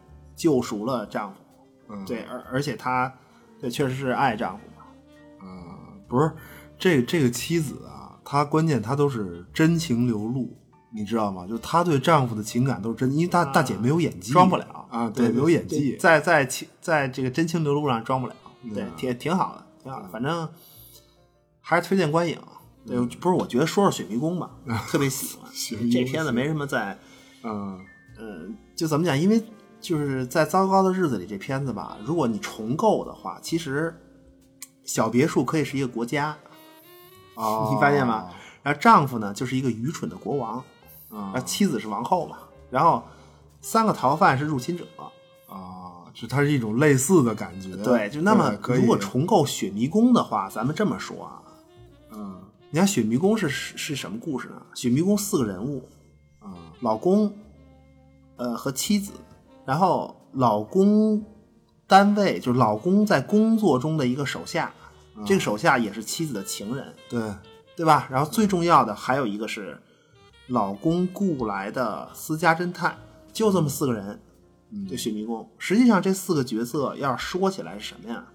救赎了丈夫。 嗯， 对，而而且她对确实是爱丈夫嘛。 啊，不是这个这个妻子啊，她关键她都是真情流露，你知道吗？就是她对丈夫的情感都是真，因为大、啊、大姐没有演技， 装不了啊，对，没有演技， 在在在这个真情流露上装不了，对， 嗯、 挺挺好的，挺好的，反正还是推荐观影。对，嗯、不是，我觉得说说《雪迷宫》吧，嗯、特别喜欢。这片子没什么在， 嗯嗯、呃，就怎么讲？因为就是在糟糕的日子里，这片子吧，如果你重构的话，其实小别墅可以是一个国家， 哦， 你发现吗？然后丈夫呢就是一个愚蠢的国王， 然后妻子是王后嘛，然后三个逃犯是入侵者啊，就它是一种类似的感觉。 对，就那么如果重构雪迷宫的话，咱们这么说啊， 嗯， 你看雪迷宫是是什么故事呢？雪迷宫四个人物， 嗯， 老公，呃和妻子，然后老公单位就是老公在工作中的一个手下，嗯、这个手下也是妻子的情人， 对对吧？然后最重要的还有一个是老公雇来的私家侦探，就这么四个人。 嗯， 这雪迷宫实际上这四个角色要是说起来是什么呀？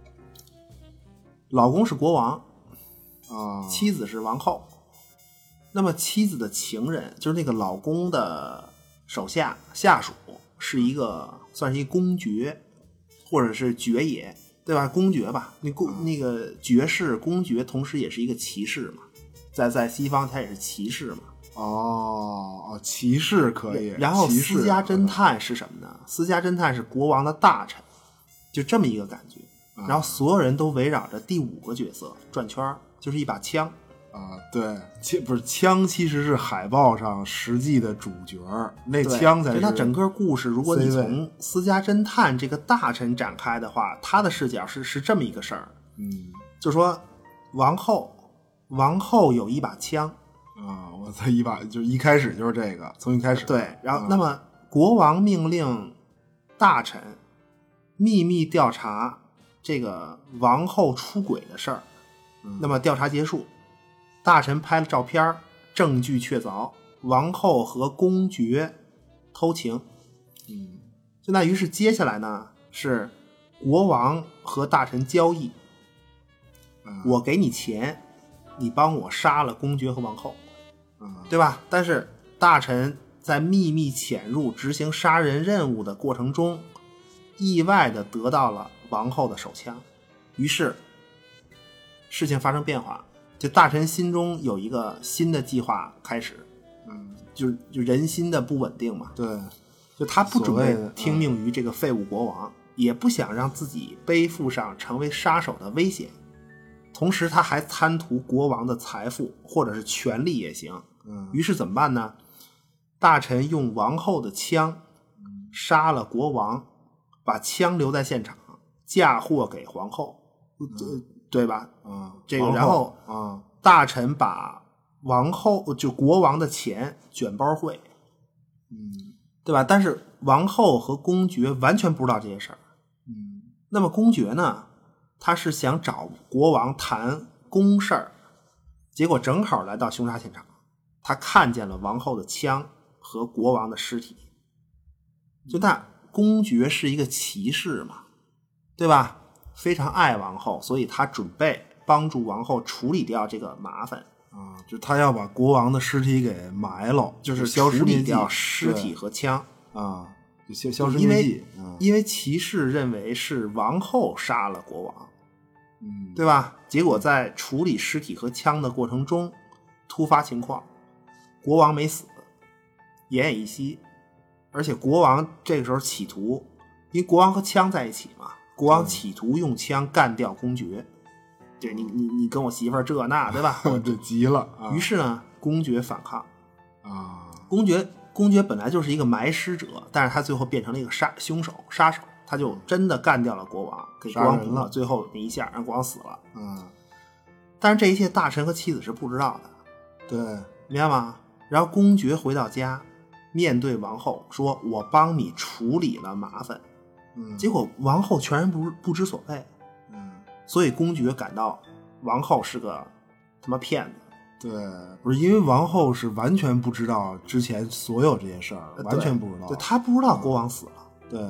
老公是国王啊， 妻子是王后。那么妻子的情人就是那个老公的手下下属是一个算是一公爵或者是爵爷，对吧？公爵吧，那公、嗯、那个爵士公爵同时也是一个骑士嘛，在在西方他也是骑士嘛。 哦哦，骑士可以。 然后私家侦探是什么呢？私家侦探是国王的大臣，就这么一个感觉。 嗯、 然后所有人都围绕着第五个角色转圈，就是一把枪。 啊，对，不是枪，其实是海报上实际的主角，那枪才是。 那整个故事，如果你从私家侦探这个大臣展开的话，他的视角是是这么一个事儿。 嗯， 就是说，王后，王后有一把枪。 啊，我操，一把就一开始就是这个，从一开始。 对，然后、 嗯、 那么国王命令大臣秘密调查这个王后出轨的事儿。 嗯、 那么调查结束。大臣拍了照片，证据确凿，王后和公爵偷情。 嗯， 就那于是接下来呢是国王和大臣交易， 嗯、 我给你钱，你帮我杀了公爵和王后， 嗯、 对吧？但是大臣在秘密潜入执行杀人任务的过程中，意外的得到了王后的手枪，于是事情发生变化。就大臣心中有一个新的计划开始， 嗯， 就就人心的不稳定嘛， 对， 就他不准备听命嗯、 于这个废物国王，也不想让自己背负上成为杀手的危险，同时他还贪图国王的财富或者是权力也行， 嗯， 于是怎么办呢？大臣用王后的枪杀了国王，把枪留在现场，嫁祸给皇后， 嗯对吧？ 嗯， 这个然后啊， 大臣把王后就国王的钱卷包会， 嗯， 对吧？但是王后和公爵完全不知道这些事儿。 嗯， 那么公爵呢，他是想找国王谈公事儿，结果正好来到凶杀现场，他看见了王后的枪和国王的尸体。就那公爵是一个骑士嘛，对吧？非常爱王后，所以他准备帮助王后处理掉这个麻烦啊，就他要把国王的尸体给埋了， 就是消处理掉尸体和枪啊，就消消失灭迹。 因为、啊、因为骑士认为是王后杀了国王， 嗯， 对吧？结果在处理尸体和枪的过程中，突发情况，国王没死，奄奄一息，而且国王这个时候企图，因为国王和枪在一起嘛。国王企图用枪干掉公爵，对你，你你跟我媳妇儿这那，对吧？ 这急了。啊、 于是呢，公爵反抗。 啊， 公爵公爵本来就是一个埋尸者，但是他最后变成了一个杀凶手、杀手，他就真的干掉了国王，给国王补了最后那一下，让国王死了。 嗯， 但是这一切大臣和妻子是不知道的， 对， 明白吗？然后公爵回到家，面对王后说：“我帮你处理了麻烦。” 嗯， 结果王后全然不不知所谓， 嗯， 所以公爵感到王后是个他妈骗子。 对，不是因为王后是完全不知道之前所有这些事儿，完全不知道， 对，他不知道国王死了， 嗯、对，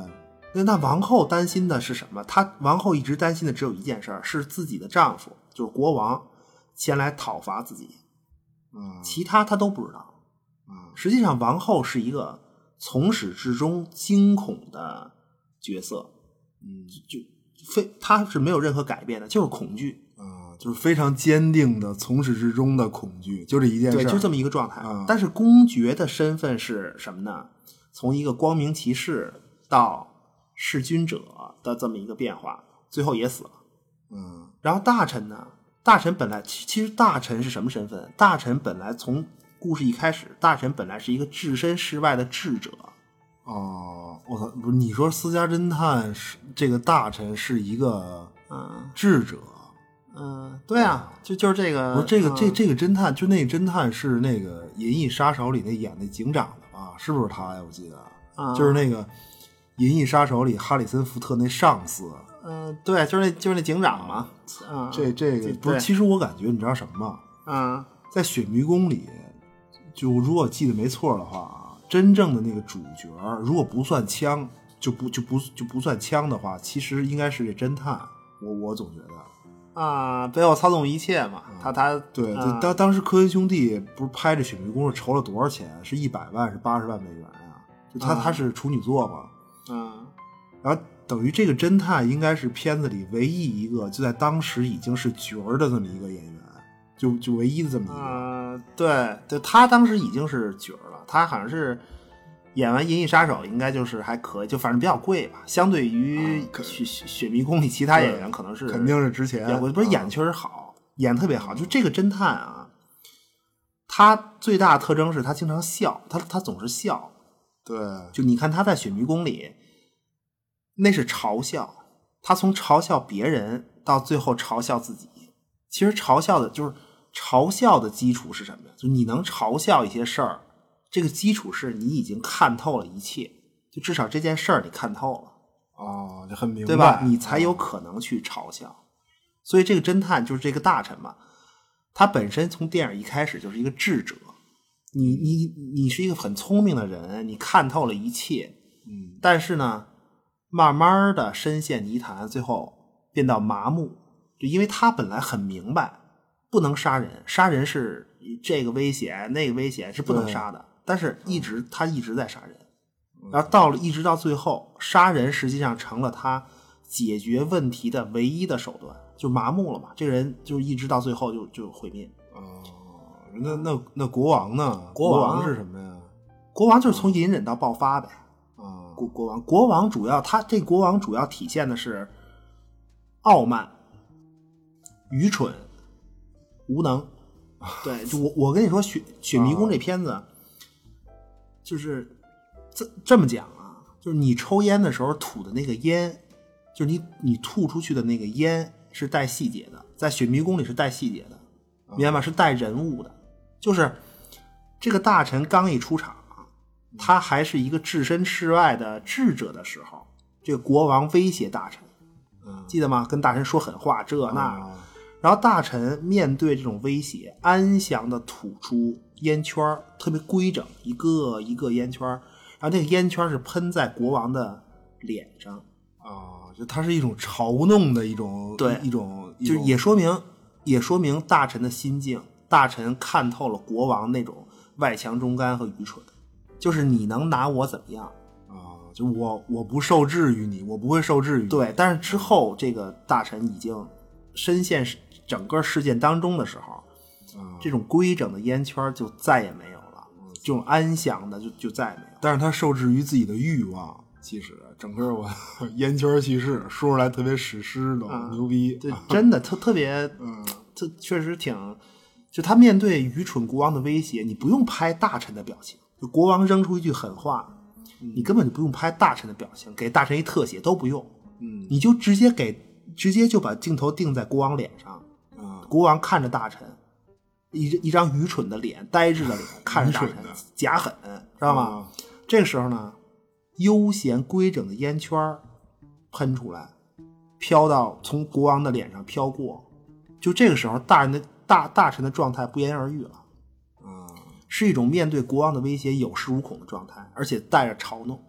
那那王后担心的是什么？她王后一直担心的只有一件事儿，是自己的丈夫就是国王前来讨伐自己， 嗯， 其他她都不知道。 嗯， 实际上王后是一个从始至终惊恐的角色， 嗯， 就非她是没有任何改变的，就是恐惧。 啊，就是非常坚定的从始至终的恐惧，就这一件事， 对，就这么一个状态。 嗯、 但是公爵的身份是什么呢？从一个光明骑士到弑君者的这么一个变化，最后也死了。 嗯， 然后大臣呢？大臣本来其实大臣是什么身份？大臣本来从故事一开始，大臣本来是一个置身事外的智者。 哦，我操，不是你说私家侦探是这个大臣是一个嗯智者？ 嗯，对啊，就就是这个， 不是这个、 嗯、 这这个侦探，就那个侦探是那个《银翼杀手》里那演那警长的吧？是不是他呀？我记得， 嗯、 就是那个《银翼杀手》里哈里森福特那上司。 嗯，对，就是那就是那警长嘛。嗯， 这这个不是，其实我感觉你知道什么吗？ 嗯， 在雪迷宫里，就如果记得没错的话，真正的那个主角，如果不算枪，就不就不就不算枪的话，其实应该是这侦探。我我总觉得。 啊，背后操纵一切嘛，嗯、他他对， 嗯、 当当时科恩兄弟不是拍这《雪迷宫》是筹了多少钱？是一百万，是八十万美元啊？就他、嗯、他是处女座嘛， 嗯， 然后等于这个侦探应该是片子里唯一一个就在当时已经是角儿的这么一个演员，就就唯一的这么一个。 嗯，对对，他当时已经是角儿了，他好像是。演完《银翼杀手》应该就是还可以，就反正比较贵吧，相对于雪雪迷宫里其他演员可能是肯定是值钱。 我不是演确实好，嗯、演特别好。就这个侦探啊，他最大的特征是他经常笑，他他总是笑。 对， 就你看他在雪迷宫里，那是嘲笑，他从嘲笑别人到最后嘲笑自己。其实嘲笑的就是嘲笑的基础是什么呀？就你能嘲笑一些事儿。这个基础是你已经看透了一切，就至少这件事儿你看透了哦，就很明白， 对吧？你才有可能去嘲笑。哦、所以这个侦探就是这个大臣嘛，他本身从电影一开始就是一个智者，你你你是一个很聪明的人，你看透了一切， 嗯， 但是呢，慢慢的深陷泥潭，最后变到麻木，就因为他本来很明白，不能杀人，杀人是这个危险，那个危险是不能杀的。但是一直他一直在杀人，然后到了一直到最后，杀人实际上成了他解决问题的唯一的手段，就麻木了嘛。这个人就一直到最后就就毁灭。 哦，那那那国王呢？ 国王, 国王是什么呀？ 国王就是从隐忍到爆发呗。 啊， 国国王国王主要他这国王主要体现的是傲慢、愚蠢、无能。对，就我我跟你说，雪雪迷宫这片子。就是这这么讲啊，就是你抽烟的时候吐的那个烟，就是你你吐出去的那个烟是带细节的，在雪迷宫里是带细节的，明白吗？是带人物的。就是这个大臣刚一出场，他还是一个置身事外的智者的时候，这个国王威胁大臣，记得吗？跟大臣说狠话，这那。然后大臣面对这种威胁，安详的吐出烟圈，特别规整，一个一个烟圈，然后那个烟圈是喷在国王的脸上啊，就它是一种嘲弄的一种， 对， 一种， 就是也说明也说明大臣的心境，大臣看透了国王那种外强中干和愚蠢，就是你能拿我怎么样啊？就我我不受制于你，我不会受制于你。 对，但是之后这个大臣已经深陷整个事件当中的时候， 嗯、 这种规整的烟圈就再也没有了，这种安详的就就再也没有。 但是他受制于自己的欲望，其实整个我烟圈叙事说出来特别史诗的、嗯、牛逼， 对，真的特特别， 嗯， 这确实挺，就他面对愚蠢国王的威胁，你不用拍大臣的表情，就国王扔出一句狠话， 嗯、 你根本就不用拍大臣的表情，给大臣一特写都不用， 嗯， 你就直接给直接就把镜头定在国王脸上。国王看着大臣，一一张愚蠢的脸，呆滞的脸，看着大臣，假狠，知道吗？ 嗯、 这个时候呢，悠闲规整的烟圈喷出来，飘到从国王的脸上飘过，就这个时候，大人的大大臣的状态不言而喻了， 嗯， 是一种面对国王的威胁有恃无恐的状态，而且带着嘲弄。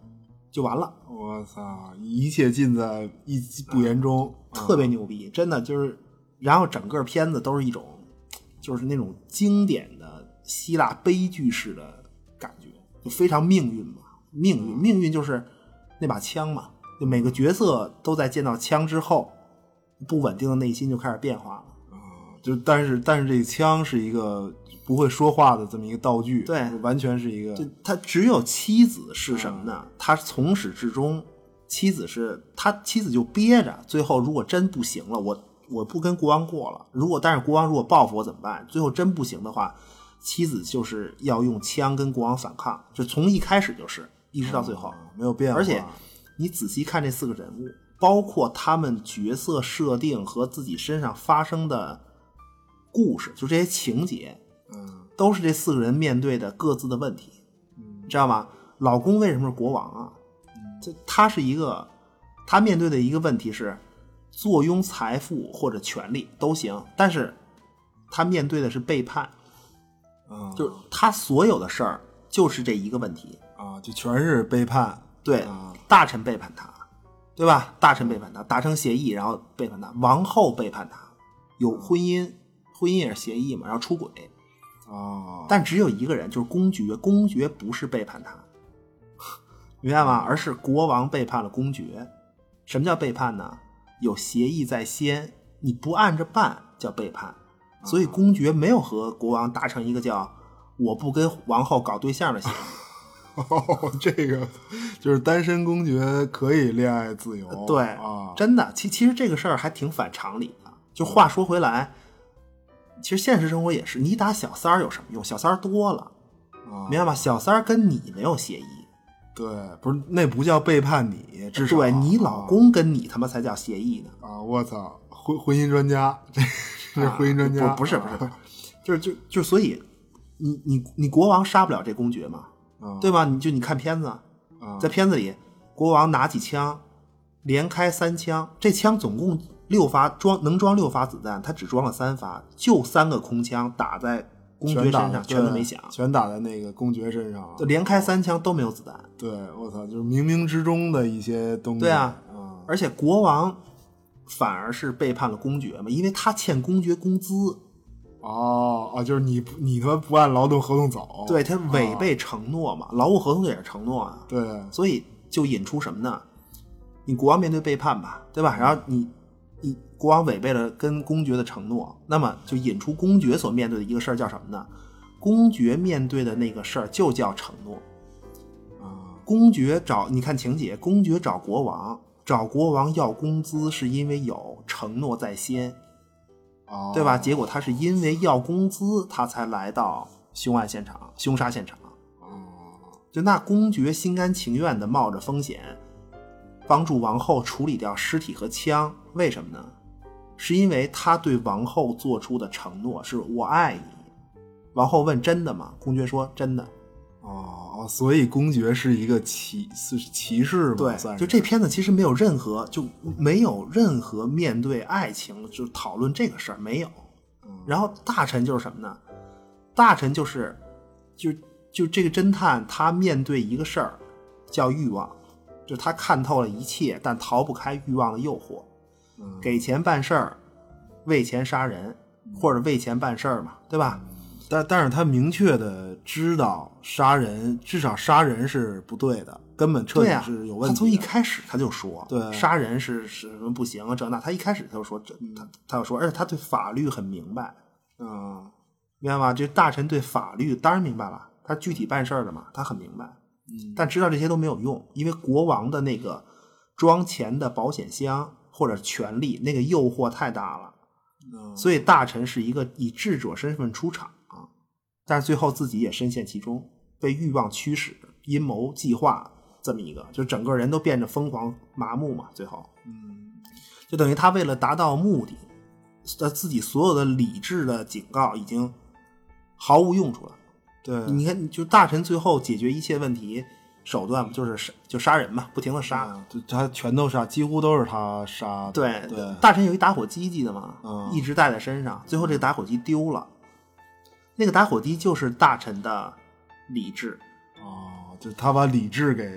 就完了。 我操，一切尽在一不言中， 啊、特别牛逼，真的就是。然后整个片子都是一种，就是那种经典的希腊悲剧式的感觉，就非常命运嘛，命运，命运就是那把枪嘛，就每个角色都在见到枪之后，不稳定的内心就开始变化了。 啊、就但是但是这个枪是一个不会说话的这么一个道具， 对， 完全是一个。 就他只有妻子是什么呢？他从始至终，妻子是他妻子就憋着，最后如果真不行了，我。我不跟国王过了，如果但是国王如果报复我怎么办？最后真不行的话，妻子就是要用枪跟国王反抗，就从一开始就是一直到最后、 哦、没有变化。 而且你仔细看这四个人物，包括他们角色设定和自己身上发生的故事，就这些情节， 嗯， 都是这四个人面对的各自的问题， 嗯， 知道吗？老公为什么是国王啊？就他是一个，他面对的一个问题是。坐拥财富或者权力都行，但是他面对的是背叛， 啊、嗯， 就是他所有的事儿就是这一个问题啊，就全是背叛。 对、 啊， 大臣背叛他，对吧？大臣背叛他，达成协议然后背叛他，王后背叛他，有婚姻，婚姻也是协议嘛，然后出轨啊， 但只有一个人，就是公爵，公爵不是背叛他，明白吗？而是国王背叛了公爵。什么叫背叛呢？有协议在先，你不按着办叫背叛，所以公爵没有和国王达成一个叫我不跟王后搞对象的协议。 哦，这个就是单身公爵可以恋爱自由。 对啊， 真的，其其实这个事儿还挺反常理的。就话说回来，其实现实生活也是，你打小三儿有什么用？小三儿多了， 啊， 明白吗？小三儿跟你没有协议。 对，不是那不叫背叛你，至少对你老公跟你他妈才叫协议呢。 啊！我操，婚婚姻专家，这是婚姻专家， 啊、不不是不是，就是就就所以你你你国王杀不了这公爵嘛， 啊、 对吧？你就你看片子， 啊、 在片子里，国王拿起枪，连开三枪，这枪总共六发，装能装六发子弹，他只装了三发，就三个空枪打在公爵身上，全都没响， 全打在那个公爵身上， 就连开三枪都没有子弹。 对，我操，就是冥冥之中的一些东西。 对啊， 嗯、 而且国王反而是背叛了公爵嘛，因为他欠公爵工资。 哦哦，就是你你他妈不按劳动合同走， 对，他违背承诺嘛，劳务合同也是承诺啊。 对， 所以就引出什么呢？你国王面对背叛吧，对吧？然后你你国王违背了跟公爵的承诺，那么就引出公爵所面对的一个事儿叫什么呢？公爵面对的那个事儿就叫承诺。公爵找你看情节，公爵找国王，找国王要工资是因为有承诺在先， 哦， 对吧？结果他是因为要工资，他才来到凶案现场、凶杀现场。 哦， 就那公爵心甘情愿的冒着风险，帮助王后处理掉尸体和枪，为什么呢？是因为他对王后做出的承诺是我爱你。王后问真的吗？公爵说真的。 哦，所以公爵是一个骑是骑士嘛？ 对，就这片子其实没有任何就没有任何面对爱情就讨论这个事儿没有。然后大臣就是什么呢？大臣就是就就这个侦探，他面对一个事儿叫欲望，就他看透了一切，但逃不开欲望的诱惑。 嗯、 给钱办事儿，为钱杀人，或者为钱办事儿嘛，对吧？ 但但是他明确的知道杀人，至少杀人是不对的，根本彻底是有问题的。 啊、他从一开始他就说， 对， 杀人是是什么不行啊，这那他一开始他就说，这他他就说，而且他对法律很明白， 嗯， 明白吗？这大臣对法律当然明白了，他具体办事儿的嘛，他很明白， 嗯， 但知道这些都没有用，因为国王的那个装钱的保险箱或者权力那个诱惑太大了， 嗯， 所以大臣是一个以智者身份出场。但是最后自己也深陷其中，被欲望驱使，阴谋计划这么一个，就整个人都变得疯狂麻木嘛。最后， 嗯， 就等于他为了达到目的，他自己所有的理智的警告已经毫无用处了。 对， 你看，就大臣最后解决一切问题手段就是就杀人嘛，不停的杀， 就他全都杀，几乎都是他杀的。 对对， 大臣有一打火机记得吗？ 嗯， 一直带在身上，最后这个打火机丢了。那个打火机就是大臣的理智。 哦，就他把理智给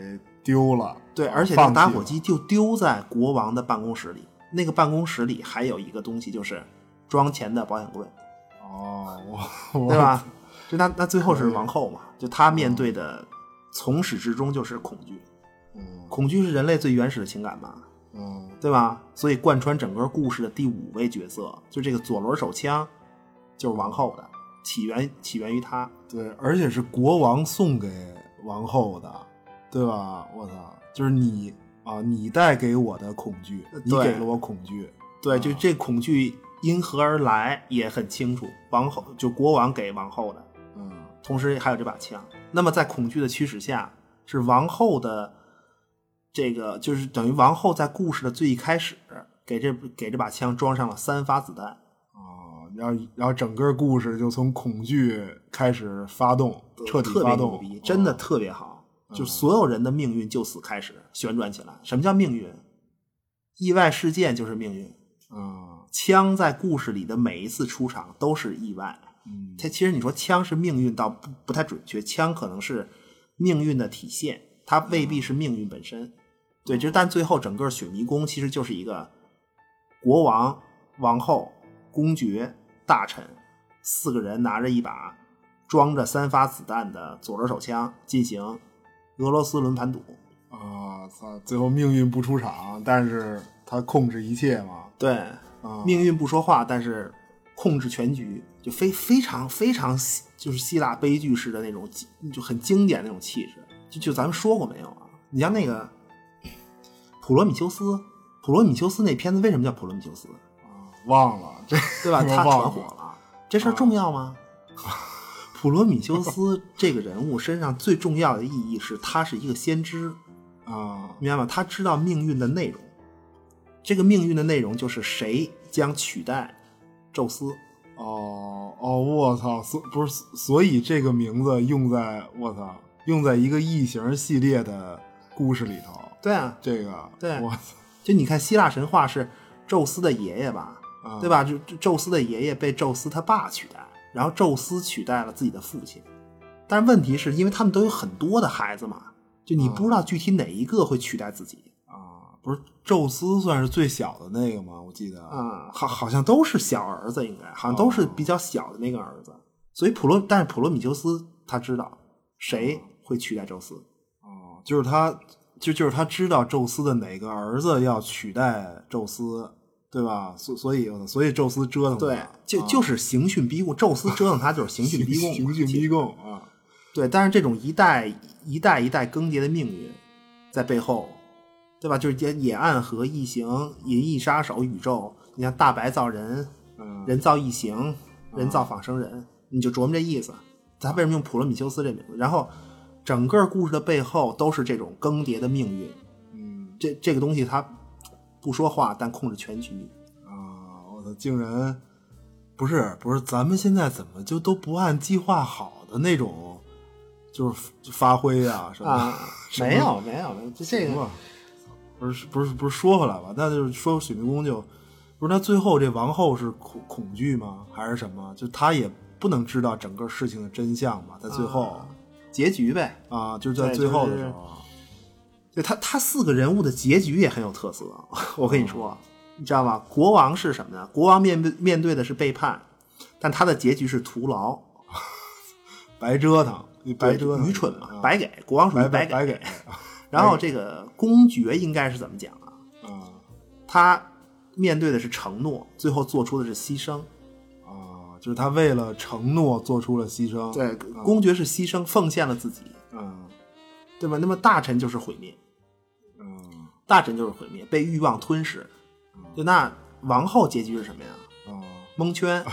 丢了。 对，而且那个打火放弃机就丢在国王的办公室里。那个办公室里还有一个东西，就是装钱的保险柜， 了哦，我我对吧？就那那最后是王后嘛，就她面对的从始至终就是恐惧， 嗯恐惧是人类最原始的情感嘛， 嗯对吧？所以贯穿整个故事的第五位角色，就这个左轮手枪，就是王后的，起源起源于她。 对，而且是国王送给王后的，对吧？我操，就是你啊，你带给我的恐惧，你对给了我恐惧， 对，就这恐惧因何而来也很清楚。王后就国王给王后的， 嗯同时还有这把枪。那么在恐惧的驱使下，是王后的这个，就是等于王后在故事的最一开始给这给这把枪装上了三发子弹。 啊，然后然后整个故事就从恐惧开始发动，彻底特别发动， 牛逼，真的特别好。就所有人的命运就此开始旋转起来。什么叫命运？意外事件就是命运。 啊， 枪在故事里的每一次出场都是意外。 嗯它其实你说枪是命运倒不不太准确，枪可能是命运的体现，它未必是命运本身。对，就但最后整个雪迷宫其实就是一个国王、王后、公爵、大臣四个人拿着一把装着三发子弹的左轮手枪进行俄罗斯轮盘赌。 啊，操！最后命运不出场，但是他控制一切嘛。 对， 啊， 命运不说话，但是控制全局，就非非常非常希就是希腊悲剧式的那种，就很经典的那种气质。就就咱们说过没有啊？你像那个普罗米修斯，普罗米修斯那片子为什么叫普罗米修斯？ 忘了这对吧？他忘传火了，这事儿重要吗？普罗米修斯这个人物身上最重要的意义是，他是一个先知， 啊明白吗？他知道命运的内容，这个命运的内容就是谁将取代宙斯。 哦哦，我操！所不是，所以这个名字用在我操，用在一个异形系列的故事里头。 对啊， 这个对我操， 就你看希腊神话是宙斯的爷爷吧， 啊对吧？就就宙斯的爷爷被宙斯他爸取代，然后宙斯取代了自己的父亲。但是问题是因为他们都有很多的孩子嘛，就你不知道具体哪一个会取代自己。 啊，不是宙斯算是最小的那个吗？我记得啊、好，好像都是小儿子，应该好像都是比较小的那个儿子。所以普罗，但是普罗米修斯他知道谁会取代宙斯。 哦，就是他，就就是他知道宙斯的哪个儿子要取代宙斯，对吧？所所以所以宙斯折腾他对，就就是刑讯逼供，宙斯折腾他就是刑讯逼供， 刑讯逼供啊！ 对，但是这种一代一代一代更迭的命运，在背后，对吧？就是野野暗河、异形、银翼杀手、宇宙，你像大白造人， 嗯人造异形，人造仿生人，你就琢磨这意思。他为什么用普罗米修斯这名字？然后整个故事的背后都是这种更迭的命运。 嗯这这个东西它不说话，但控制全局。 啊，我操，竟然不是不是，咱们现在怎么就都不按计划好的那种，就是发挥啊什么？ 啊， 什么没有没有没有，这这个行吧不是不是不是说回来吧？那就是说水迷宫就不是他最后这王后是恐恐惧吗？还是什么？就他也不能知道整个事情的真相嘛，在最后啊结局呗。 啊，就是在对最后的就是时候， 对他，他四个人物的结局也很有特色。我跟你说，你知道吗？国王是什么呢？国王面面对的是背叛，但他的结局是徒劳， 白折腾，白折腾， 愚蠢嘛， 啊白给。国王属于给。 白白给然后这个公爵应该是怎么讲啊？ 啊他面对的是承诺，最后做出的是牺牲。 啊，就是他为了承诺做出了牺牲， 对，公爵是牺牲，奉献了自己， 嗯对吧？那么大臣就是毁灭， 嗯大臣就是毁灭，被欲望吞噬。就那王后结局是什么呀？ 啊， 蒙圈。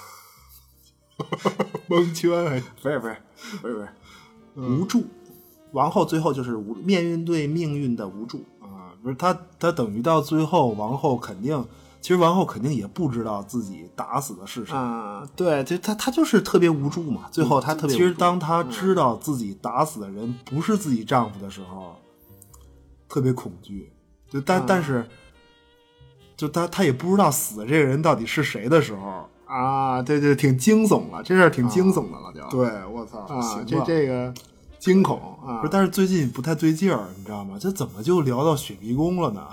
蒙圈还不是不是不是不是，无助。王后最后就是无面对命运的无助。 啊，不是他他等于到最后，王后肯定，其实王后肯定也不知道自己打死的是谁。 啊，对，就他他就是特别无助嘛。最后他特别无助。 其实当她知道自己打死的人不是自己丈夫的时候，特别恐惧。就但、 啊但是，就她她也不知道死的这个人到底是谁的时候啊，对对，挺惊悚了，这事儿挺惊悚的了，就。 对我操啊， 行吧这这个惊恐啊！ 不是，但是最近不太对劲儿，你知道吗？这怎么就聊到雪迷宫了呢？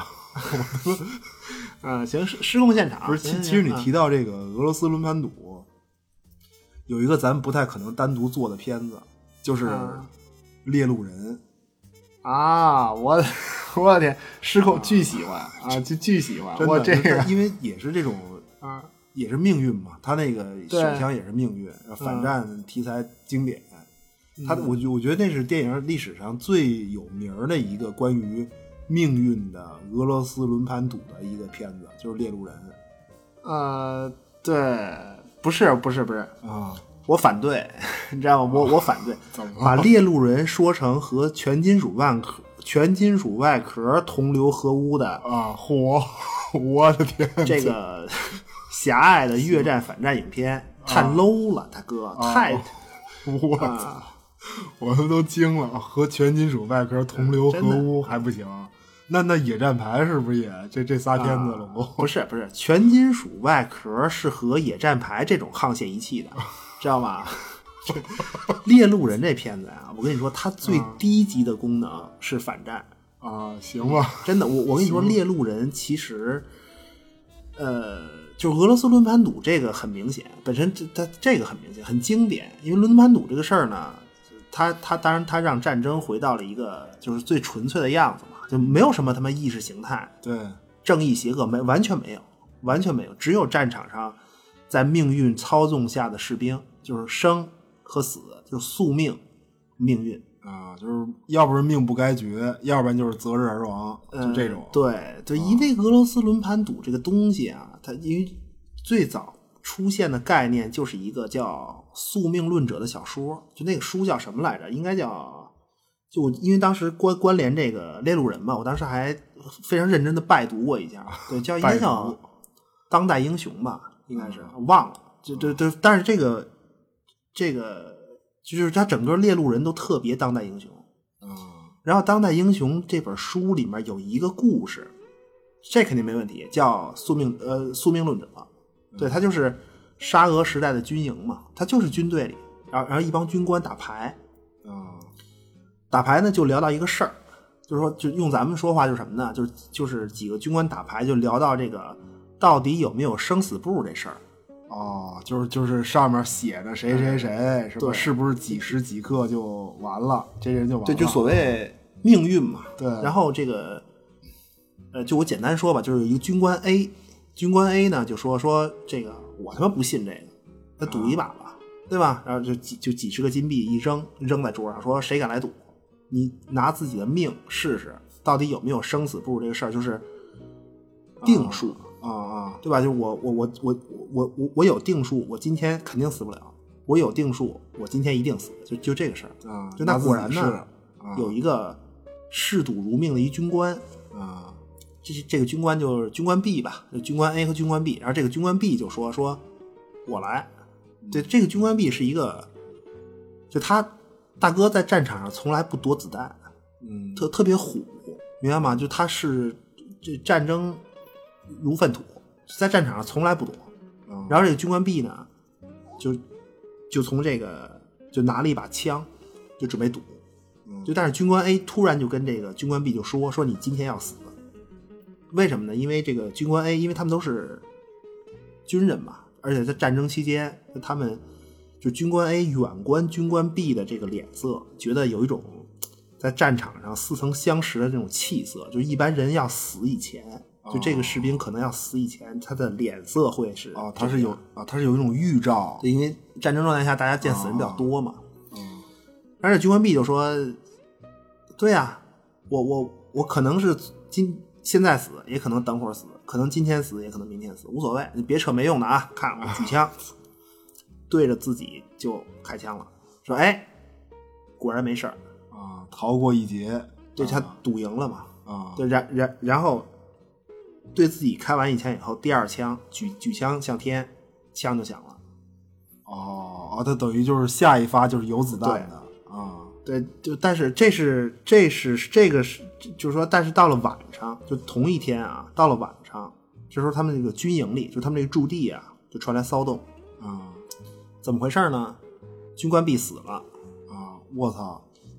啊，行，失失控现场不是，其其实你提到这个俄罗斯轮盘赌，有一个咱们不太可能单独做的片子，就是《猎鹿人》 啊！我我的天，失控巨喜欢啊，就巨喜欢。我这个因为也是这种啊， 也是命运嘛，他那个首相也是命运，反战题材经典。他我我觉得那是电影历史上最有名的一个关于命运的俄罗斯轮盘赌的一个片子，就是《猎鹿人》。 呃，对，不是不是不是啊， 我反对，你知道吗？我我反对，把猎鹿人说成和全金属外壳、全金属外壳同流合污的啊！嚯，我的天， 这个狭隘的越战反战影片太 low 了，大哥， 啊、 太， 我操！啊我们都惊了，和全金属外壳同流合污还不行？那那野战排是不是也这这仨片子了？ 啊、不是不是，全金属外壳是和野战排这种沆瀣一气的，知道吗？猎鹿人这片子啊，我跟你说，它最低级的功能是反战啊，行吧？ 真的，我我跟你说，猎鹿人其实，呃。就是俄罗斯轮盘赌这个很明显，本身这它这个很明显，很经典。因为轮盘赌这个事儿呢，它它当然它让战争回到了一个就是最纯粹的样子嘛，就没有什么他妈意识形态， 对， 正义邪恶没完全没有，完全没有，只有战场上在命运操纵下的士兵，就是生和死，就是宿命命运啊，就是要不是命不该绝，要不然就是择日而亡，就这种。 呃、对对，因为俄罗斯轮盘赌这个东西啊，它因为最早出现的概念就是一个叫《宿命论者》的小说，就那个书叫什么来着？应该叫就因为当时关关联这个猎鹿人嘛，我当时还非常认真的拜读过一下，对，叫应该叫当代英雄吧，应该是忘了，就对对，但是这个这个就是他整个猎鹿人都特别当代英雄， 嗯， 然后当代英雄这本书里面有一个故事，这肯定没问题，叫宿命呃宿命论者。对，他就是沙俄时代的军营嘛，他就是军队里，然后然后一帮军官打牌， 啊， 打牌呢就聊到一个事儿，就是说就用咱们说话就是什么呢？就是就是几个军官打牌就聊到这个到底有没有生死簿这事儿。 哦，就是就是上面写着谁谁谁，是吧？是不是几时几刻就完了？这人就完了。 对，就所谓命运嘛。 对。 然后这个，呃，就我简单说吧，就是一个军官 A。军官 A 呢就说说这个我他妈不信这个，那赌一把吧，啊、对吧？然后就几就几十个金币一扔扔在桌上，说谁敢来赌，你拿自己的命试试，到底有没有生死簿这个事儿，就是定数啊啊， 对吧？就我我我我我我我有定数，我今天肯定死不了；我有定数，我今天一定死，就就这个事儿啊。 就那果然呢， 啊、 有一个嗜赌如命的一军官啊。 这这个军官就是军官 B 吧，军官 A 和军官 B， 然后这个军官 B 就说说，我来。对，这个军官 B 是一个，就他大哥在战场上从来不躲子弹， 嗯， 特特别虎，明白吗？就他是这战争如粪土，在战场上从来不躲。 嗯、 然后这个军官 B 呢，就就从这个就拿了一把枪，就准备赌。 嗯、 就但是军官 A 突然就跟这个军官 B 就说说你今天要死。为什么呢？因为这个军官 A， 因为他们都是军人嘛，而且在战争期间，他们就军官 A 远观军官 B 的这个脸色，觉得有一种在战场上似曾相识的这种气色。就一般人要死以前，就这个士兵可能要死以前，他的脸色会是哦，他是有啊，他是有一种预兆。 对，因为战争状态下，大家见死人比较多嘛。 嗯， 而且军官 B 就说：“对呀、啊，我我我可能是今。”现在死，也可能等会儿死，可能今天死，也可能明天死，无所谓，你别扯没用的啊！看我举枪，对着自己就开枪了，说：“哎，果然没事儿啊，逃过一劫。” 对，他赌赢了嘛啊！ 对，然然然后对自己开完一枪以后，第二枪举举枪向天，枪就响了。 哦哦，他等于就是下一发就是有子弹的啊。 对，就但是这是这是这个是就是说，但是到了晚上，就同一天啊，到了晚上，这时候他们这个军营里，就他们这个驻地啊，就传来骚动啊， 怎么回事呢？军官 B 死了啊！我操！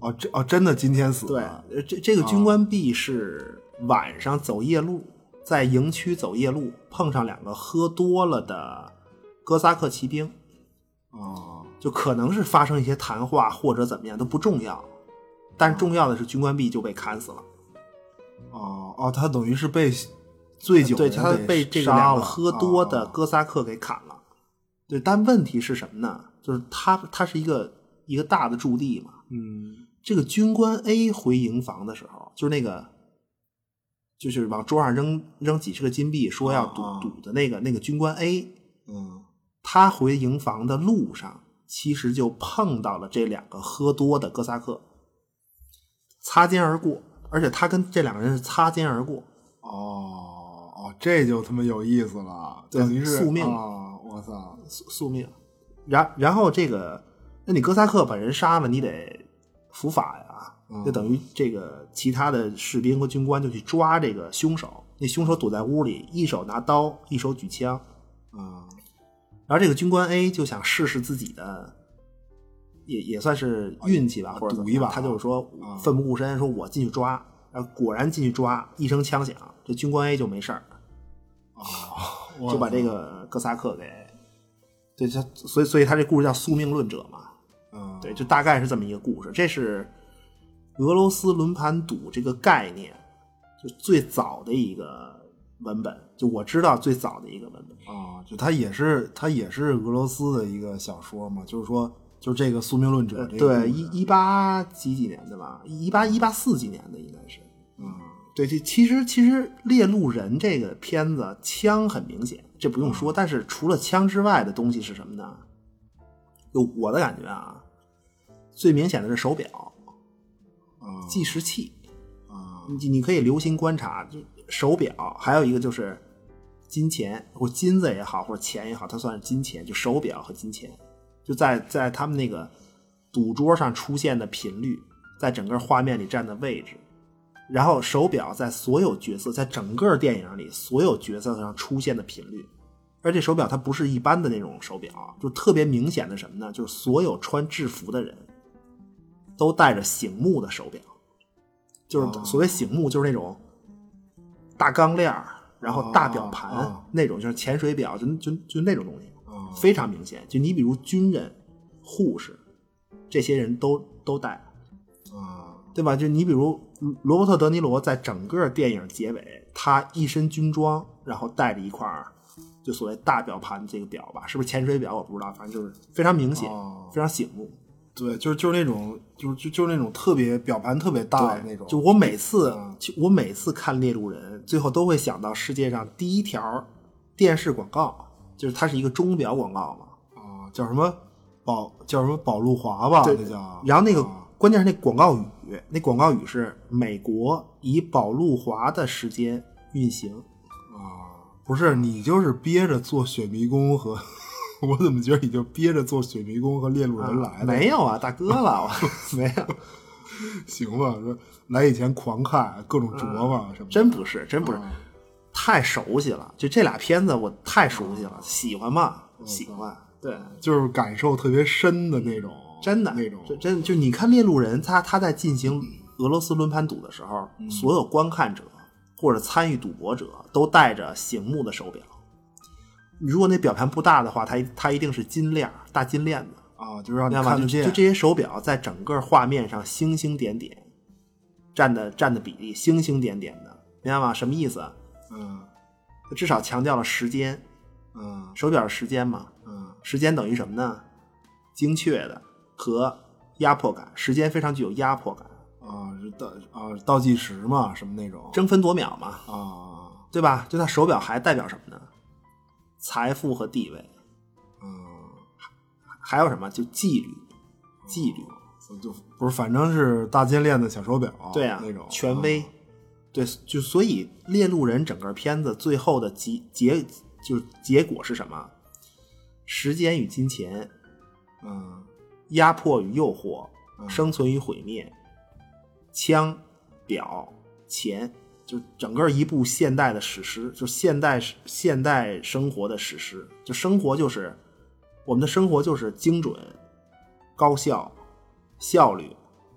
哦，这哦真的今天死对了，， 呃这这个军官 B 是晚上走夜路，在营区走夜路，碰上两个喝多了的哥萨克骑兵， 哦就可能是发生一些谈话或者怎么样都不重要，但重要的是军官 B 就被砍死了。 哦哦，他等于是被醉酒对， 的人给他被这个杀了两个喝多的哦哥萨克给砍了。对，但问题是什么呢？就是他他是一个一个大的驻地嘛。 嗯这个军官 A 回营房的时候，就是那个就是往桌上扔扔几十个金币，说要赌、 啊啊赌的那个那个军官 A， 嗯他回营房的路上，其实就碰到了这两个喝多的哥萨克，擦肩而过，而且他跟这两个人是擦肩而过。 哦哦，这就他妈有意思了， 对等于是宿命啊！我操， 宿宿命。然然后这个，那你哥萨克把人杀了，你得伏法呀， 嗯就等于这个其他的士兵和军官就去抓这个凶手。那凶手躲在屋里，一手拿刀，一手举枪。 嗯然后这个军官 A 就想试试自己的，也也算是运气吧， 啊或者怎么样赌一把他就是说啊奋不顾身，说我进去抓。然后果然进去抓，一声枪响，这军官 A 就没事儿。 我就把这个哥萨克给，对，他所以所以他这故事叫宿命论者嘛， 嗯对，就大概是这么一个故事。这是俄罗斯轮盘赌这个概念，就最早的一个文本，就我知道最早的一个文本。 啊，就他也是他也是俄罗斯的一个小说嘛，就是说就是这个宿命论者这个对， 故事一一八几几年的吧，一八一八四几年的应该是。 嗯对，这其实其实《猎鹿人》这个片子枪很明显，这不用说。但是除了枪之外的东西是什么呢？就我的感觉啊，最明显的是手表、 啊计时器。 啊你你可以留心观察，就手表，还有一个就是金钱或金子也好，或者钱也好，它算是金钱，就手表和金钱，就在在他们那个赌桌上出现的频率，在整个画面里占的位置。然后手表在所有角色，在整个电影里所有角色上出现的频率，而且手表它不是一般的那种手表，就特别明显的什么呢？就是所有穿制服的人都戴着醒目的手表，就是所谓醒目，就是那种大钢链然后大表盘、 哦哦那种，就是潜水表，就就就那种东西， 哦非常明显。就你比如军人、护士，这些人都都戴。 啊对吧？就你比如罗伯特·德尼罗在整个电影结尾，他一身军装，然后带着一块就所谓大表盘这个表吧，是不是潜水表我不知道，反正就是非常明显， 哦非常醒目。 对，就是就是那种就是就就是那种特别表盘特别大的那种， 就我每次、 嗯就我每次看《猎鹿人》，最后都会想到世界上第一条电视广告，就是它是一个钟表广告嘛。 啊叫什么宝叫什么宝路华吧， 对那叫。 然后那个、 啊关键是那广告语，那广告语是美国以宝路华的时间运行。 啊，不是你就是憋着做雪迷宫和，我怎么觉得你就憋着做雪迷宫和猎鹿人来的？ 没有啊，大哥了，我没有， 行吧，说来以前狂看各种琢磨什么的， 真不是，真不是， 啊太熟悉了。就这俩片子，我太熟悉了，喜欢嘛，喜欢，对， 就是感受特别深的那种， 真的那种就真就你看《猎鹿人》，他他在进行俄罗斯轮盘赌的时候， 嗯所有观看者或者参与赌博者都戴着醒目的手表。如果那表盘不大的话，它它一定是金链大金链子。 啊，就是让你明白吗？就看得见， 就这些手表在整个画面上星星点点，占的占的比例星星点点的，明白吗？什么意思？ 嗯它至少强调了时间， 嗯手表是时间嘛， 嗯时间等于什么呢？精确的和压迫感，时间非常具有压迫感， 啊是倒啊倒计时嘛，什么那种争分夺秒嘛， 啊对吧？就它手表还代表什么呢？财富和地位， 嗯， 还有什么？就纪律，纪律。 就不是，反正是大金链子小手表， 对啊， 那种权威， 啊对，就所以《猎鹿人》整个片子最后的结结就是结果是什么？时间与金钱， 嗯压迫与诱惑， 嗯生存与毁灭，枪、表、钱，就整个一部现代的史诗，就现代现代生活的史诗。就生活就是我们的生活就是精准、高效、效率，